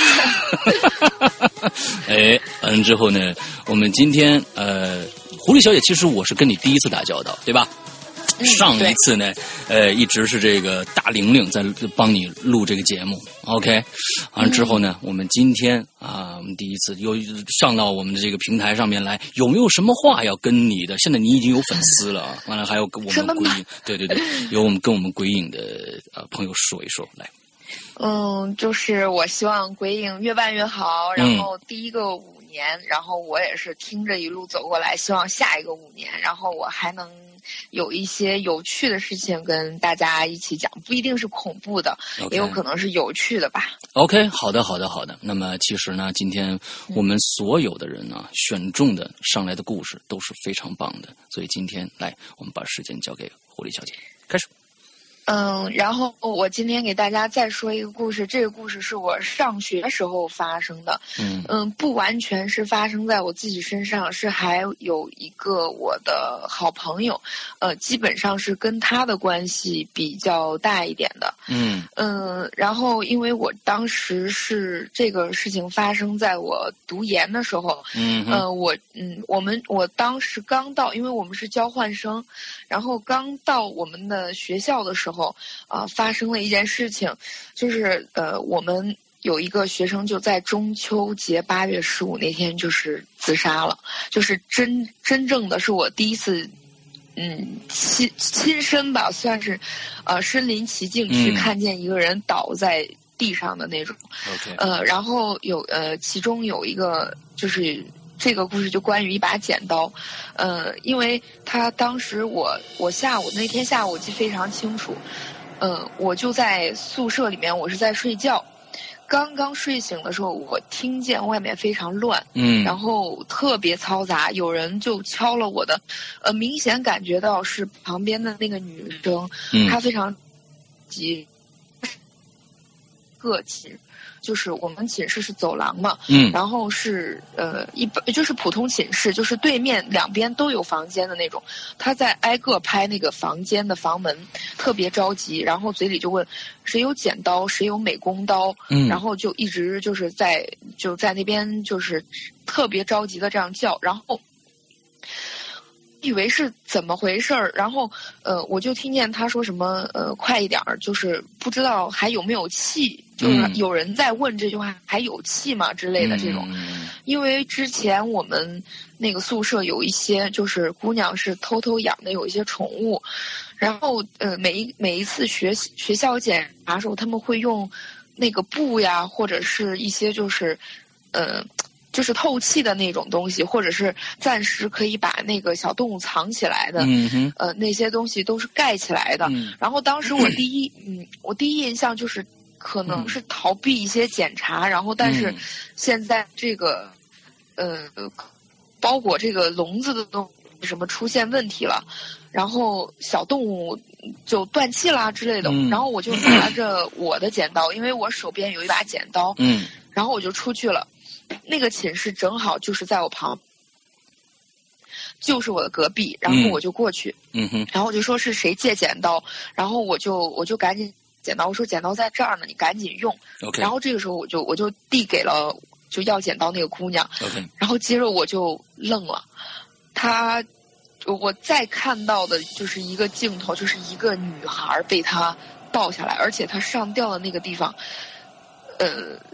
呃，哎，完了之后呢，我们今天呃，狐狸小姐，其实我是跟你第一次打交道，对吧？上一次呢，呃，一直是这个大玲玲在帮你录这个节目 ，OK， 完了之后呢，我们今天啊，我们第一次又上到我们的这个平台上面来，有没有什么话要跟你的？现在你已经有粉丝了啊，完了还有跟我们鬼影，对对对，有我们跟我们鬼影的呃朋友说一说来。 嗯，就是我希望鬼影越办越好，然后第一个五年，然后我也是听着一路走过来，希望下一个五年，然后我还能有一些有趣的事情跟大家一起讲，不一定是恐怖的， okay. 也有可能是有趣的吧。 OK， 好的，好的，好的。那么其实呢，今天我们所有的人呢、嗯、选中的上来的故事都是非常棒的，所以今天来，我们把时间交给狐狸小姐，开始。 嗯，然后我今天给大家再说一个故事，这个故事是我上学时候发生的。嗯嗯，不完全是发生在我自己身上，是还有一个我的好朋友，呃，基本上是跟他的关系比较大一点的。嗯嗯，然后因为我当时是这个事情发生在我读研的时候，嗯呃，我嗯我们我当时刚到，因为我们是交换生，然后刚到我们的学校的时候。啊、呃，发生了一件事情，就是呃，我们有一个学生就在中秋节八月十五那天就是自杀了，就是真真正的是我第一次，嗯，亲亲身吧，算是，呃，身临其境去看见一个人倒在地上的那种。 OK， 呃，然后有呃，其中有一个就是。这个故事就关于一把剪刀，呃，因为他当时我我下午那天下午我记得非常清楚，呃，我就在宿舍里面，我是在睡觉，刚刚睡醒的时候，我听见外面非常乱，嗯，然后特别嘈杂，有人就敲了我的，呃，明显感觉到是旁边的那个女生，嗯，她非常急，个寝。就是我们寝室是走廊嘛，嗯，然后是呃一般就是普通寝室，就是对面两边都有房间的那种。他在挨个拍那个房间的房门，特别着急，然后嘴里就问谁有剪刀，谁有美工刀，嗯，然后就一直就是在就在那边就是特别着急的这样叫，然后以为是怎么回事儿，然后呃我就听见他说什么呃快一点儿，就是不知道还有没有气。就是有人在问这句话，还有气吗之类的这种，因为之前我们那个宿舍有一些就是姑娘是偷偷养的有一些宠物，然后呃每一每一次学学校检查的时候，他们会用那个布呀，或者是一些就是呃就是透气的那种东西，或者是暂时可以把那个小动物藏起来的，嗯、呃那些东西都是盖起来的。嗯、然后当时我第一嗯我第一印象就是。可能是逃避一些检查，嗯、然后但是现在这个，呃，包裹这个笼子的东西什么出现问题了，然后小动物就断气啦之类的，嗯、然后我就拿着我的剪刀，因为我手边有一把剪刀，嗯，然后我就出去了。那个寝室正好就是在我旁，就是我的隔壁，然后我就过去，嗯哼，然后我就说是谁借剪刀，然后我就我就赶紧。剪刀，我说剪刀在这儿呢，你赶紧用。Okay. 然后这个时候我就我就递给了就要剪刀那个姑娘。Okay. 然后接着我就愣了，她我再看到的就是一个镜头，就是一个女孩被她抱下来，而且她上吊的那个地方，呃，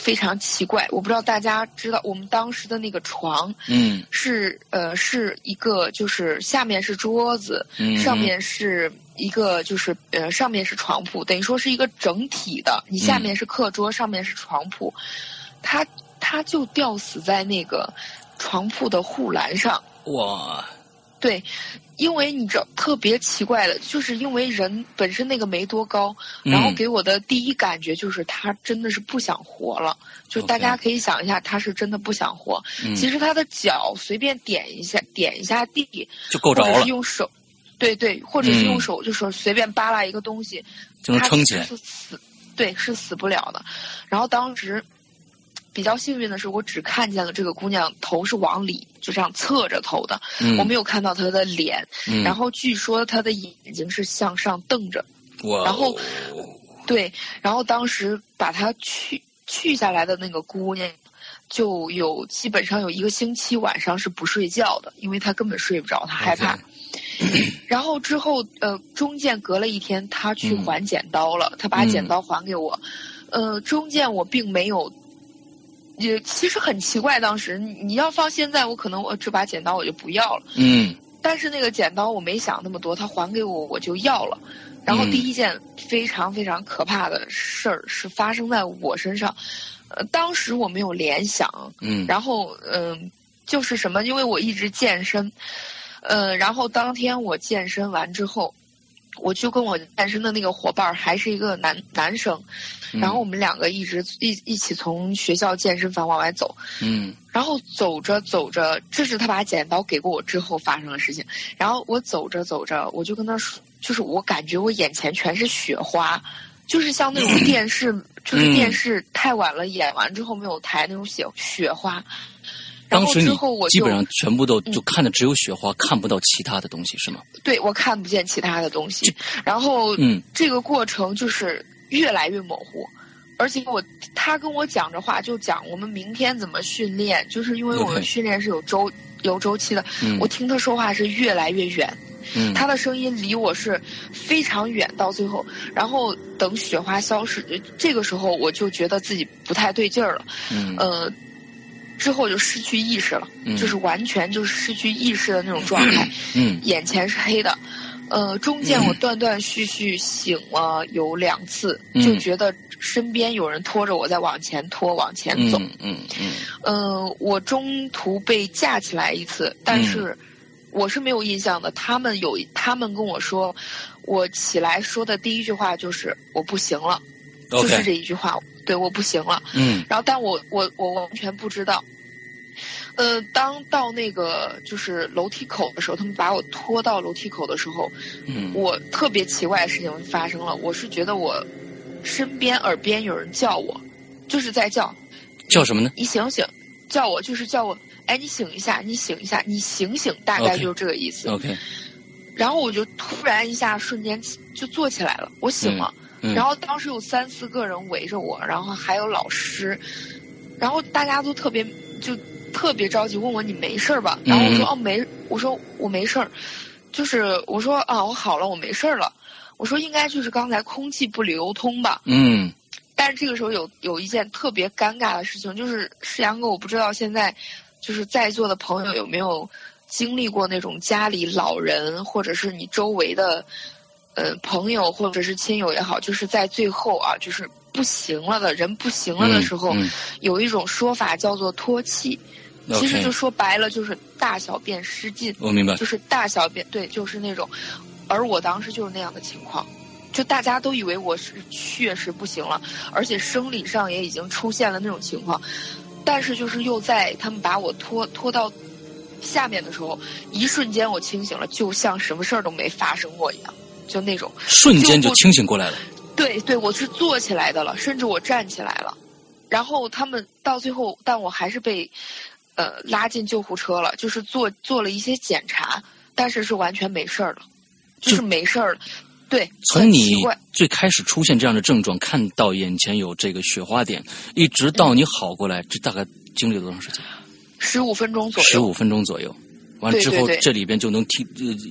非常奇怪，我不知道大家知道，我们当时的那个床， 嗯， 是呃是一个就是下面是桌子， 嗯， 上面是一个就是呃上面是床铺，等于说是一个整体的，你下面是课桌，嗯、上面是床铺，它它就吊死在那个床铺的护栏上。 哇， 对。因为你知道特别奇怪的，就是因为人本身那个没多高，然后给我的第一感觉就是他真的是不想活了。嗯、就大家可以想一下，他是真的不想活。嗯、其实他的脚随便点一下，点一下地就够着了， 或者是用手，对对，或者是用手，就是随便扒拉一个东西， 嗯、就能撑起来。 是死，对，是死不了的。然后当时比较幸运的是，我只看见了这个姑娘头是往里就这样侧着头的，嗯、我没有看到她的脸。嗯、然后据说她的眼睛是向上瞪着。 哇！ 然后，对，然后当时把她去去下来的那个姑娘，就有基本上有一个星期晚上是不睡觉的，因为她根本睡不着，她害怕。Okay. 然后之后，呃，中间隔了一天，她去还剪刀了，她、嗯、把剪刀还给我。嗯、呃，中间我并没有。也其实很奇怪，当时你你要放现在，我可能我这把剪刀我就不要了。 嗯。 但是那个剪刀我没想那么多，他还给我我就要了。然后第一件非常非常可怕的事儿是发生在我身上，呃，当时我没有联想。 嗯。 然后嗯、呃，就是什么，因为我一直健身，呃，然后当天我健身完之后。我就跟我健身的那个伙伴还是一个男男生，然后我们两个一直一一起从学校健身房往外走， 嗯， 然后走着走着，这是他把剪刀给过我之后发生的事情。然后我走着走着，我就跟他说，就是我感觉我眼前全是雪花，就是像那种电视，嗯、就是电视太晚了演完之后没有抬那种雪雪花。 当时你基本上全部都就看的只有雪花，嗯、看不到其他的东西，是吗？ 对，我看不见其他的东西。然后， 嗯， 这个过程就是越来越模糊，而且我他跟我讲着话，就讲我们明天怎么训练，就是因为我们训练是有周有周期的。 嗯， 我听他说话是越来越远， 嗯， 他的声音离我是非常远，到最后，然后等雪花消失，这个时候我就觉得自己不太对劲儿了。 嗯， 呃。之后就失去意识了， 嗯、 就是完全就是失去意识的那种状态， 嗯， 眼前是黑的，呃，中间我断断续续醒了有两次， 嗯、 就觉得身边有人拖着我在往前拖，往前走， 嗯嗯嗯， 呃，我中途被架起来一次，但是我是没有印象的。他们有，他们跟我说，我起来说的第一句话就是我不行了， okay. 就是这一句话。对，我不行了。 嗯， 然后但我我我完全不知道。呃，当到那个就是楼梯口的时候，他们把我拖到楼梯口的时候， 嗯， 我特别奇怪的事情发生了。我是觉得我身边耳边有人叫我，就是在叫， 叫什么呢？ 你醒醒，叫我就是叫我，哎，你醒一下，你醒一下，你醒醒，大概就是这个意思。 OK。 然后我就突然一下瞬间就坐起来了，我醒了。 嗯嗯、然后当时有三四个人围着我，然后还有老师，然后大家都特别就特别着急，问我你没事吧？然后我说、 嗯、 哦没，我说我没事儿，就是我说啊我好了，我没事儿了。我说应该就是刚才空气不流通吧。 嗯。 但是这个时候有有一件特别尴尬的事情，就是世阳哥，我不知道现在就是在座的朋友有没有经历过那种家里老人或者是你周围的。呃，朋友或者是亲友也好，就是在最后啊，就是不行了的人不行了的时候， 嗯嗯、 有一种说法叫做脱气， okay. 其实就说白了就是大小便失禁。 我明白， 就是大小便，对，就是那种。而我当时就是那样的情况，就大家都以为我是确实不行了，而且生理上也已经出现了那种情况，但是就是又在他们把我拖拖到下面的时候，一瞬间我清醒了，就像什么事儿都没发生过一样。就那种瞬间就清醒过来了。 对对，我是坐起来的了，甚至我站起来了。然后他们到最后，但我还是被呃拉进救护车了，就是做做了一些检查，但是是完全没事儿了，就是没事儿了。对， 从你最开始出现这样的症状，看到眼前有这个雪花点，一直到你好过来，嗯、这大概经历了多长时间？ 十五分钟左右。 十五分钟左右。完了之后， 对对对， 这里边就能听呃一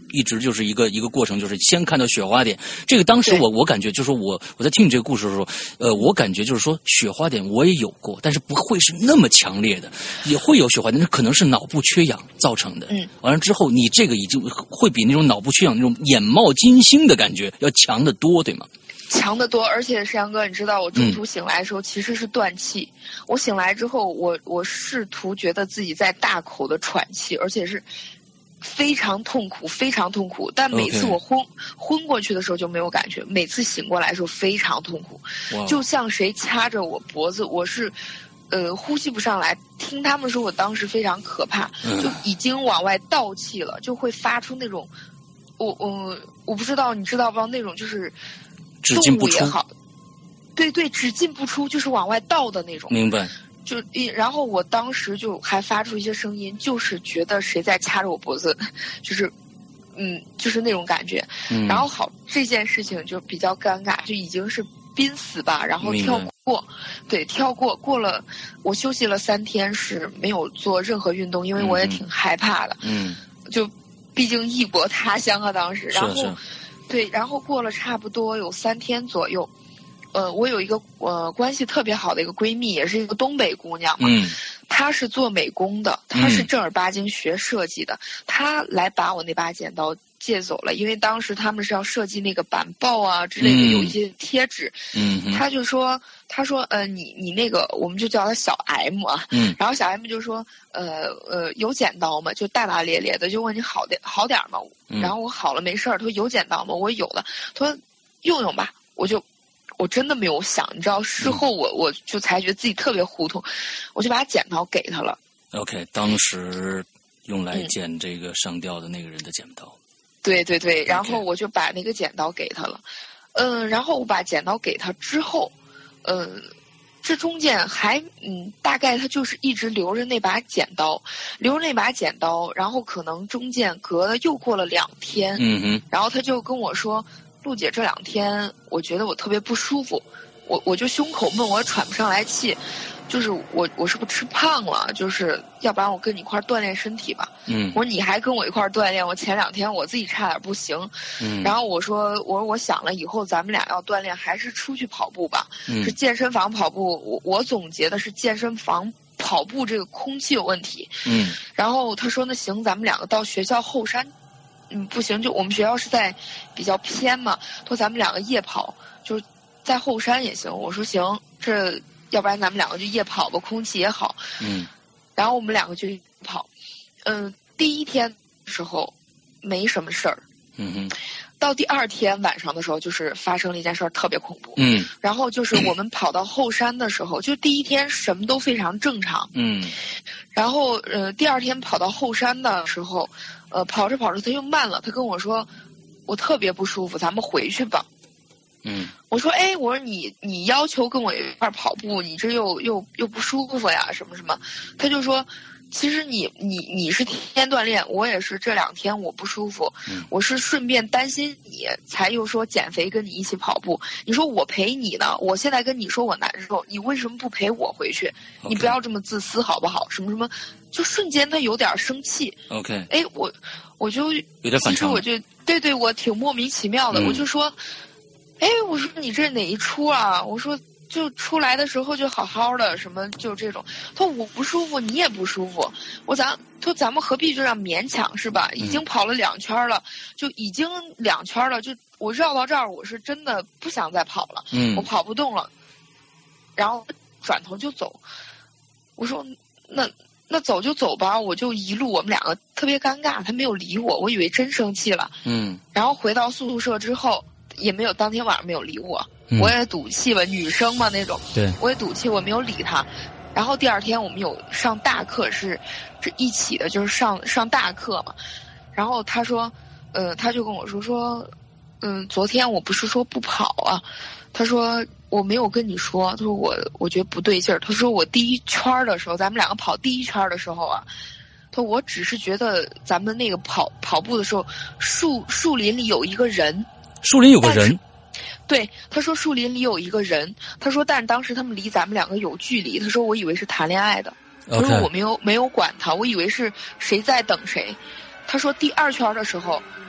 一直就是一个一个过程，就是先看到雪花点。这个当时我我感觉就是我我在听你这个故事的时候，呃，我感觉就是说雪花点我也有过，但是不会是那么强烈的，也会有雪花点，那可能是脑部缺氧造成的。 嗯， 完了之后，你这个已经会比那种脑部缺氧那种眼冒金星的感觉要强得多，对吗？ 强得多，而且石阳哥，你知道我中途醒来的时候其实是断气。嗯、我醒来之后，我我试图觉得自己在大口的喘气，而且是非常痛苦，非常痛苦。但每次我昏、okay. 昏过去的时候就没有感觉，每次醒过来的时候非常痛苦， wow. 就像谁掐着我脖子，我是呃呼吸不上来。听他们说，我当时非常可怕，嗯、就已经往外倒气了，就会发出那种，我我我不知道你知道不知道那种就是。 只进不出， 对对，只进不出，就是往外倒的那种。 明白。 就然后我当时就还发出一些声音，就是觉得谁在掐着我脖子，就是嗯，就是那种感觉。嗯、然后好，这件事情就比较尴尬，就已经是濒死吧，然后跳过，对，跳过过了。我休息了三天，是没有做任何运动，因为我也挺害怕的。嗯。就毕竟异国他乡啊，当时，然后。 是是对，然后过了差不多有三天左右，呃，我有一个呃关系特别好的一个闺蜜，也是一个东北姑娘嘛，嗯，她是做美工的，她是正儿八经学设计的，嗯、她来把我那把剪刀借走了，因为当时他们是要设计那个板报啊之类的，嗯、有一些贴纸，嗯，她就说，她说，呃，你你那个，我们就叫她小 M 啊，嗯，然后小 M 就说，呃呃，有剪刀吗？就大大咧咧的，就问你好点好点吗？嗯、然后我好了没事儿，他说有剪刀吗？我有的，他说用用吧，我就我真的没有想，你知道，事后我、嗯、我就才觉得自己特别糊涂，我就把剪刀给他了。 OK， 当时用来剪这个上吊的那个人的剪刀。嗯、 对对对，然后我就把那个剪刀给他了，嗯、呃，然后我把剪刀给他之后，嗯、呃。这中间还嗯，大概他就是一直留着那把剪刀，留着那把剪刀，然后可能中间隔了又过了两天， 嗯哼， 然后他就跟我说：“陆姐，这两天我觉得我特别不舒服，我我就胸口闷，我喘不上来气，就是我我是不是吃胖了？就是要不然我跟你一块锻炼身体吧。”嗯，我说你还跟我一块锻炼，我前两天我自己差点不行。嗯，然后我说我说我想了以后咱们俩要锻炼，还是出去跑步吧。嗯，是健身房跑步。我我总结的是健身房跑步这个空气有问题。嗯，然后他说那行，咱们两个到学校后山。嗯，不行，就我们学校是在比较偏嘛，他说咱们两个夜跑，就是在后山也行。我说行，这要不然咱们两个就夜跑吧，空气也好。嗯，然后我们两个就跑。嗯，第一天的时候没什么事儿。嗯哼。到第二天晚上的时候，就是发生了一件事儿，特别恐怖。嗯。然后就是我们跑到后山的时候，就第一天什么都非常正常。嗯。然后呃，第二天跑到后山的时候，呃，跑着跑着他又慢了，他跟我说：“我特别不舒服，咱们回去吧。”嗯。我说：“哎，我说你你要求跟我一块跑步，你这又又又不舒服呀，什么什么？”他就说。其实你你你是天天锻炼，我也是这两天我不舒服，嗯、我是顺便担心你，才又说减肥跟你一起跑步。你说我陪你呢，我现在跟你说我难受，你为什么不陪我回去？ Okay. 你不要这么自私好不好？什么什么，就瞬间他有点生气。OK， 哎，我我就有点反常， 其实我就对对，我挺莫名其妙的，嗯、我就说，哎，我说你这哪一出啊？我说。就出来的时候就好好的，什么就这种。他说我不舒服，你也不舒服。我咱他说咱们何必这样勉强是吧？已经跑了两圈了，就已经两圈了，就我绕到这儿，我是真的不想再跑了，嗯，我跑不动了。然后转头就走。我说那那走就走吧，我就一路我们两个特别尴尬，他没有理我，我以为真生气了，嗯。然后回到宿舍之后，也没有当天晚上没有理我。嗯、我也赌气吧，女生嘛那种，对，我也赌气，我没有理他。然后第二天我们有上大课是，是一起的，就是上上大课嘛。然后他说，呃，他就跟我说说，嗯、呃，昨天我不是说不跑啊，他说我没有跟你说，他说我我觉得不对劲儿。他说我第一圈的时候，咱们两个跑第一圈的时候啊，他说我只是觉得咱们那个跑跑步的时候，树树林里有一个人， 树林有个人。 对，他说树林里有一个人，他说但是当时他们离咱们两个有距离，他说我以为是谈恋爱的，他说我没有没有管他，我以为是谁在等谁。他说第二圈的时候，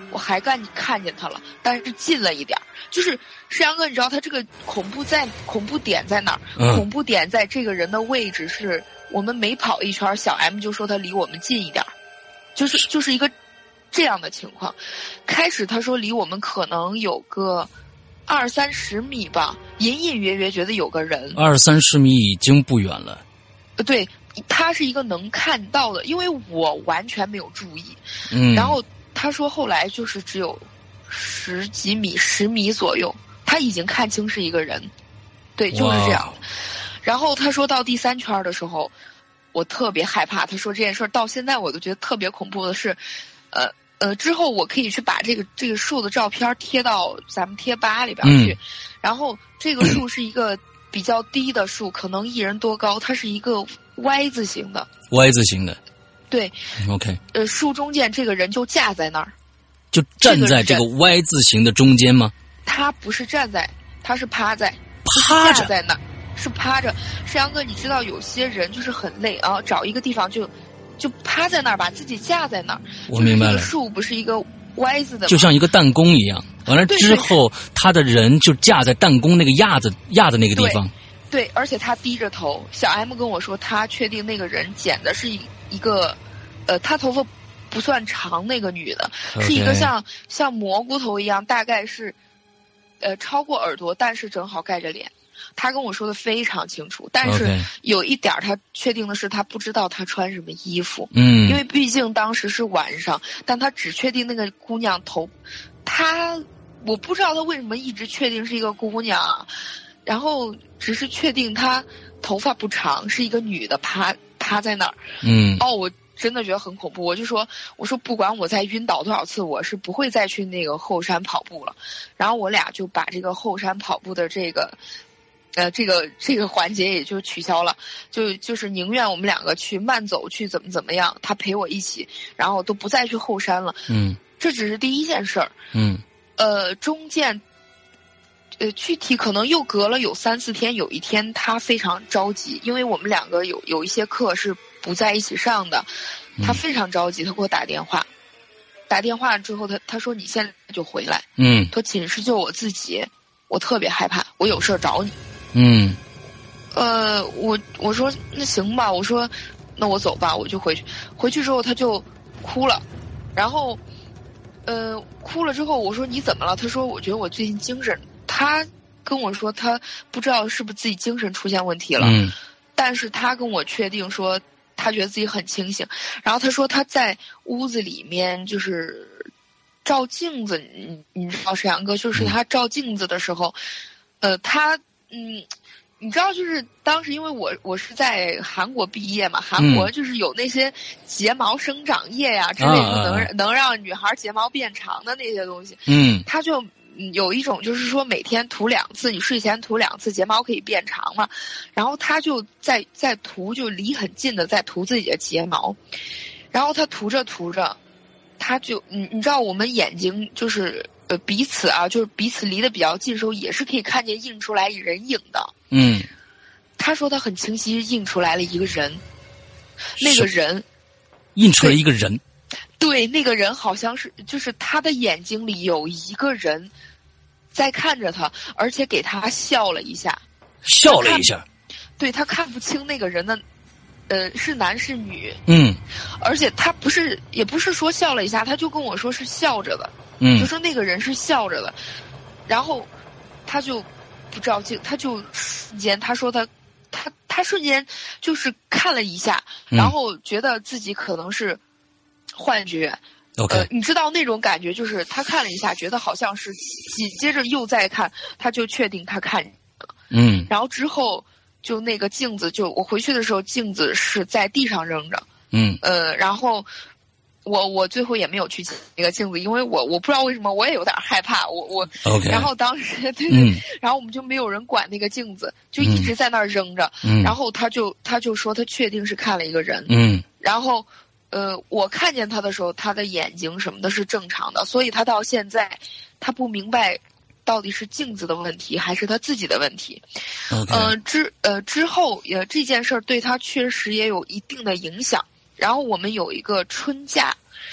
我还看看见他了，但是近了一点。就是石阳哥，你知道他这个恐怖在恐怖点在哪儿？ 嗯、 恐怖点在这个人的位置是我们每跑一圈，小 M 就说他离我们近一点，就是就是一个这样的情况。开始他说离我们可能有个二三十米吧，隐隐约约觉得有个人。 二三十米已经不远了。 对，他是一个能看到的，因为我完全没有注意。 嗯， 然后他说后来就是只有十几米、十米左右，他已经看清是一个人。对，就是这样。然后他说到第三圈的时候，我特别害怕。他说这件事到现在我都觉得特别恐怖的是，呃呃，之后我可以去把这个这个树的照片贴到咱们贴吧里边去。嗯、然后这个树是一个比较低的树，可能一人多高，它是一个 Y 字形的。 Y 字形的。 对。 OK。 呃，树中间这个人就架在那儿。 就站在这个 Y 字形的中间吗？ 他不是站在，他是趴在， 趴着在那儿，是趴着。石阳哥，你知道有些人就是很累啊，找一个地方就就趴在那儿，把自己架在那儿。 我明白了。 就是、树不是一个 Y 字的吗， 就像一个弹弓一样。完了之后，他的人就架在弹弓那个压的压的那个地方。 对，对，而且他低着头。小 M 跟我说，他确定那个人剪的是一一个，呃，他头发不算长，那个女的、okay. 是一个像像蘑菇头一样，大概是呃超过耳朵，但是正好盖着脸。他跟我说的非常清楚，但是有一点他确定的是，他不知道他穿什么衣服。 嗯， 因为毕竟当时是晚上，但他只确定那个姑娘头，他我不知道他为什么一直确定是一个姑娘啊，然后只是确定她头发不长，是一个女的趴趴在那儿。 嗯， 哦，我真的觉得很恐怖。我就说，我说不管我再晕倒多少次，我是不会再去那个后山跑步了。然后我俩就把这个后山跑步的这个。呃，这个这个环节也就取消了，就就是宁愿我们两个去慢走，去怎么怎么样，他陪我一起，然后都不再去后山了。 嗯， 这只是第一件事儿。 嗯， 呃，中间，呃，具体可能又隔了有三四天，有一天他非常着急，因为我们两个有有一些课是不在一起上的，他非常着急，他给我打电话，打电话之后他他说你现在就回来。 嗯， 他说寝室就我自己，我特别害怕，我有事儿找你。 嗯， 呃，我我说那行吧，我说那我走吧，我就回去。回去之后他就哭了，然后呃哭了之后我说你怎么了？他说我觉得我最近精神，他跟我说他不知道是不是自己精神出现问题了， 嗯， 但是他跟我确定说他觉得自己很清醒。然后他说他在屋子里面就是照镜子，你你知道沈阳哥，就是他照镜子的时候，呃他。嗯，你知道，就是当时因为我我是在韩国毕业嘛，韩国就是有那些睫毛生长液呀、啊、之类的，能、啊、能让女孩睫毛变长的那些东西。 嗯， 他就有一种就是说每天涂两次，你睡前涂两次，睫毛可以变长嘛。然后他就在在涂，就离很近的在涂自己的睫毛，然后他涂着涂着，他就你你知道我们眼睛就是。呃，彼此啊，就是彼此离得比较近的时候，也是可以看见映出来人影的。 嗯， 他说他很清晰映出来了一个人，那个人映出来一个人， 对，那个人好像是，就是他的眼睛里有一个人在看着他，而且给他笑了一下， 笑了一下， 他对他看不清那个人的。呃，是男是女？ 嗯， 而且他不是，也不是说笑了一下，他就跟我说是笑着的， 嗯， 就说那个人是笑着的，然后他就不照镜，他就瞬间，他说他他他瞬间就是看了一下，然后觉得自己可能是幻觉。 OK， 呃，你知道那种感觉，就是他看了一下，觉得好像是，紧接着又再看，他就确定他看， 嗯， 然后之后。就那个镜子，就我回去的时候，镜子是在地上扔着， 嗯， 呃，然后我我最后也没有去捡那个镜子，因为我我不知道为什么，我也有点害怕，我我 ，OK， 然后当时对对， 嗯、 然后我们就没有人管那个镜子，就一直在那儿扔着， 嗯， 然后他就他就说他确定是看了一个人， 嗯， 然后呃，我看见他的时候，他的眼睛什么的是正常的，所以他到现在他不明白。到底是镜子的问题还是他自己的问题？ Okay. 呃之呃之后也这件事儿对他确实也有一定的影响。然后我们有一个春假，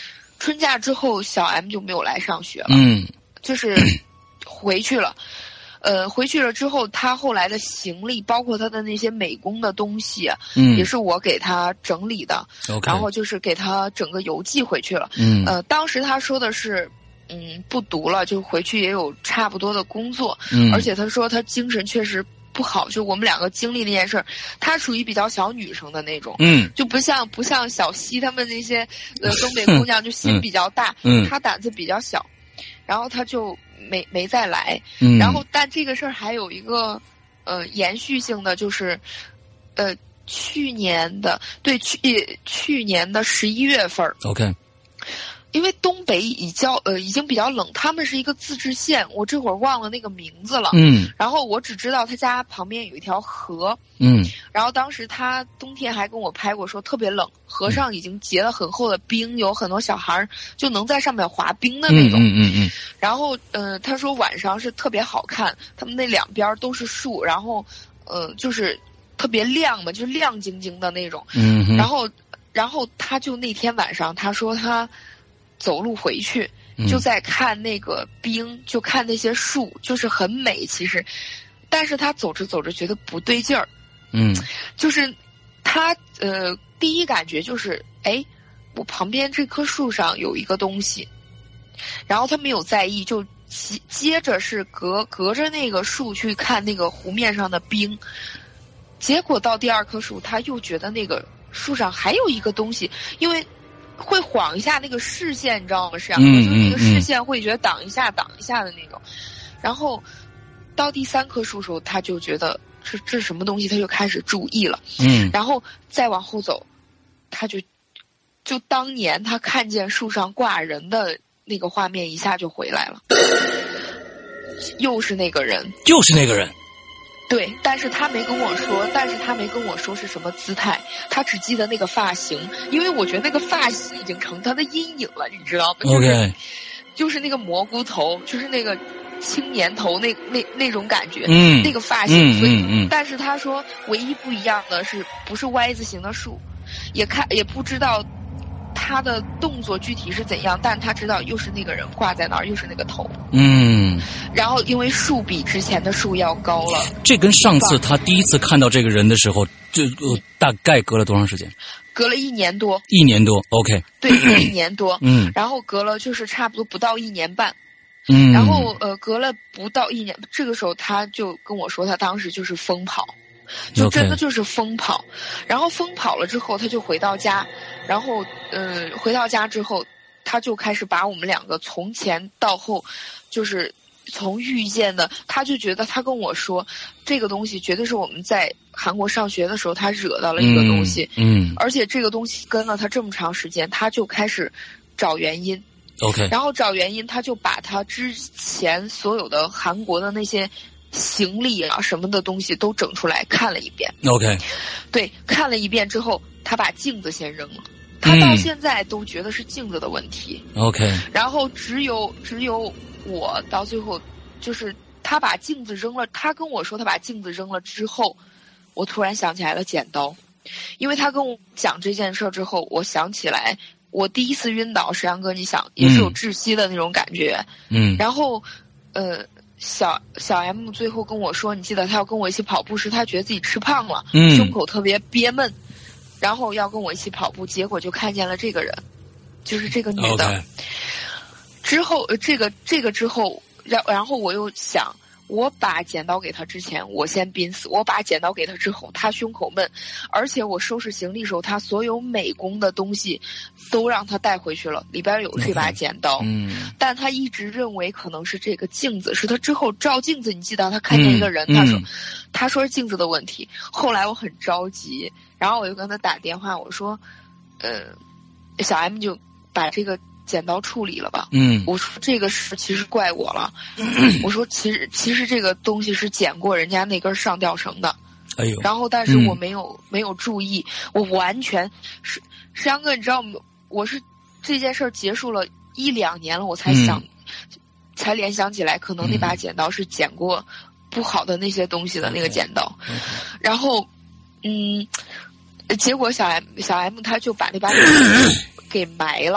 春假之后，小 M 就没有来上学了， 嗯， 就是回去了。呃，回去了之后，他后来的行李，包括他的那些美工的东西， 嗯， 也是我给他整理的。 OK， 然后就是给他整个邮寄回去了。 嗯， 呃，当时他说的是，嗯，不读了，就回去也有差不多的工作。 嗯， 而且他说他精神确实不好，就我们两个经历那件事儿，他属于比较小女生的那种， 嗯， 就不像不像小西他们那些呃东北姑娘就心比较大， 嗯， 他胆子比较小，然后他就没没再来。 嗯， 然后但这个事儿还有一个呃延续性的，就是呃去年的对去去年的十一月份 OK。 因为东北已较呃已经比较冷，他们是一个自治县，我这会儿忘了那个名字了。 嗯， 然后我只知道他家旁边有一条河。 嗯， 然后当时他冬天还跟我拍过，说特别冷，河上已经结了很厚的冰，有很多小孩就能在上面滑冰的那种。 嗯嗯嗯。 然后呃，他说晚上是特别好看，他们那两边都是树，然后呃就是特别亮嘛，就是亮晶晶的那种。 嗯。 然后然后他就那天晚上，他说他走路回去，就在看那个冰，就看那些树，就是很美其实，但是他走着走着觉得不对劲儿。 嗯， 就是他呃第一感觉就是哎，我旁边这棵树上有一个东西，然后他没有在意，就接着是隔隔着那个树去看那个湖面上的冰，结果到第二棵树他又觉得那个树上还有一个东西，因为会晃一下那个视线，你知道吗？是这样， 嗯就是那个视线会觉得挡一下挡一下的那种。然后到第三棵树的时候，他就觉得这这是什么东西，他就开始注意了。 嗯， 然后再往后走，他就就当年他看见树上挂人的那个画面一下就回来了，又是那个人， 就是那个人。 对，但是他没跟我说，但是他没跟我说是什么姿态，他只记得那个发型，因为我觉得那个发型已经成他的阴影了，你知道吗？ OK， 就是、就是那个蘑菇头，就是那个青年头那那那种感觉， 嗯， 那个发型， 嗯所以、 嗯嗯， 但是他说唯一不一样的是不是 Y 字形的树，也看也不知道他的动作具体是怎样，但他知道又是那个人挂在那儿，又是那个头。 嗯， 然后因为树比之前的树要高了， 这跟上次他第一次看到这个人的时候，就、呃、大概隔了多长时间？ 隔了一年多。 一年多 ，OK。 对，一年多。 嗯。 然后隔了就是差不多不到一年半。 嗯。 然后呃，隔了不到一年，这个时候他就跟我说，他当时就是疯跑。就真的就是疯跑， okay. 然后疯跑了之后，他就回到家，然后呃，回到家之后，他就开始把我们两个从前到后，就是从遇见的，他就觉得他跟我说，这个东西绝对是我们在韩国上学的时候他惹到了一个东西， 嗯，嗯而且这个东西跟了他这么长时间，他就开始找原因 ，OK， 然后找原因，他就把他之前所有的韩国的那些行李啊什么的东西都整出来看了一遍。 OK， 对，看了一遍之后，他把镜子先扔了，他到现在都觉得是镜子的问题。 OK， 然后只有只有我到最后就是他把镜子扔了，他跟我说他把镜子扔了之后，我突然想起来了剪刀，因为他跟我讲这件事之后，我想起来我第一次晕倒，石阳哥你想也是有窒息的那种感觉。 嗯， 然后呃小小 M 最后跟我说，你记得他要跟我一起跑步时，他觉得自己吃胖了， 嗯， 胸口特别憋闷，然后要跟我一起跑步，结果就看见了这个人，就是这个女的。 Okay. 之后这个这个之后，然然后我又想，我把剪刀给他之前，我先濒死；我把剪刀给他之后，他胸口闷，而且我收拾行李的时候，他所有美工的东西都让他带回去了，里边有这把剪刀。 嗯， 但他一直认为可能是这个镜子，是他之后照镜子，你记得他看见一个人， 嗯、 他说、 嗯、 他说是镜子的问题。后来我很着急，然后我就跟他打电话，我说，呃，小 M 就把这个剪刀处理了吧。 嗯， 我说这个事其实怪我了。我说其实其实这个东西是剪过人家那根上吊绳的。 哎呦， 然后但是我没有、嗯、没有注意，我完全是石阳哥，你知道吗？我是这件事结束了一两年了，我才想、嗯、才联想起来，可能那把剪刀是剪过不好的那些东西的那个剪刀。 Okay. Okay. 然后嗯，结果小 M 小 M 他就把那把剪刀给埋了。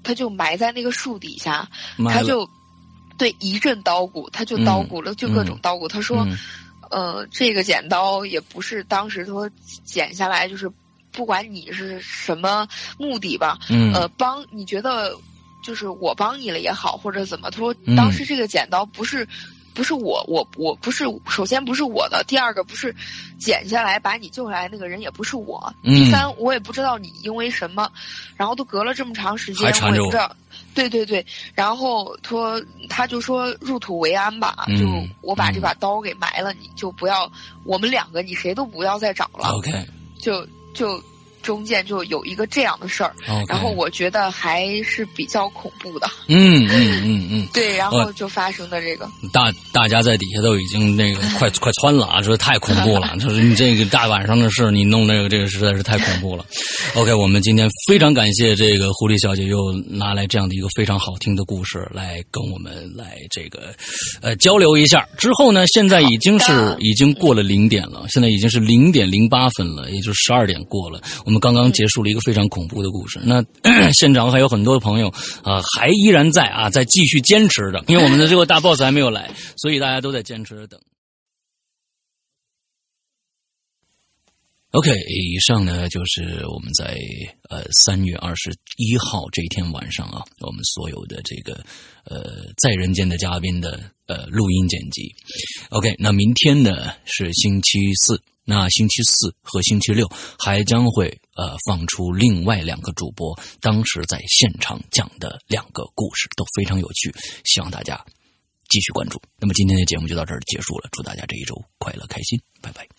他就埋在那个树底下，他就对一阵叨鼓，他就叨鼓了，嗯、就各种叨鼓。他说，嗯、呃，这个剪刀也不是当时说剪下来，就是不管你是什么目的吧，嗯、呃，帮你觉得就是我帮你了也好，或者怎么，他说当时这个剪刀不是。不是我，我我不是，首先不是我的，第二个不是剪下来把你救下来那个人也不是我，嗯、第三我也不知道你因为什么，然后都隔了这么长时间，我也不知道，对对对，然后说他就说入土为安吧，嗯、就我把这把刀给埋了，你就不要，我们两个你谁都不要再找了 ，OK， 就就。中间就有一个这样的事儿， okay. 然后我觉得还是比较恐怖的。 嗯嗯嗯嗯， 对，然后就发生的这个， 大大家在底下都已经那个快快窜了啊，说太恐怖了，就是你这个大晚上的事，你弄这个这个实在是太恐怖了。OK， 我们今天非常感谢这个狐狸小姐又拿来这样的一个非常好听的故事来跟我们来这个呃交流一下。之后呢，现在已经是已经过了零点了，现在已经是零点零八分了，也就是十二点过了。我们刚刚结束了一个非常恐怖的故事，那现场还有很多朋友啊、呃，还依然在啊，在继续坚持的，因为我们的这个大 boss 还没有来，所以大家都在坚持着等。OK， 以上呢就是我们在呃三月二十一号这一天晚上啊，我们所有的这个呃在人间的嘉宾的呃录音剪辑。OK， 那明天呢是星期四，那星期四和星期六还将会呃放出另外两个主播当时在现场讲的两个故事，都非常有趣，希望大家继续关注。那么今天的节目就到这儿结束了，祝大家这一周快乐开心，拜拜。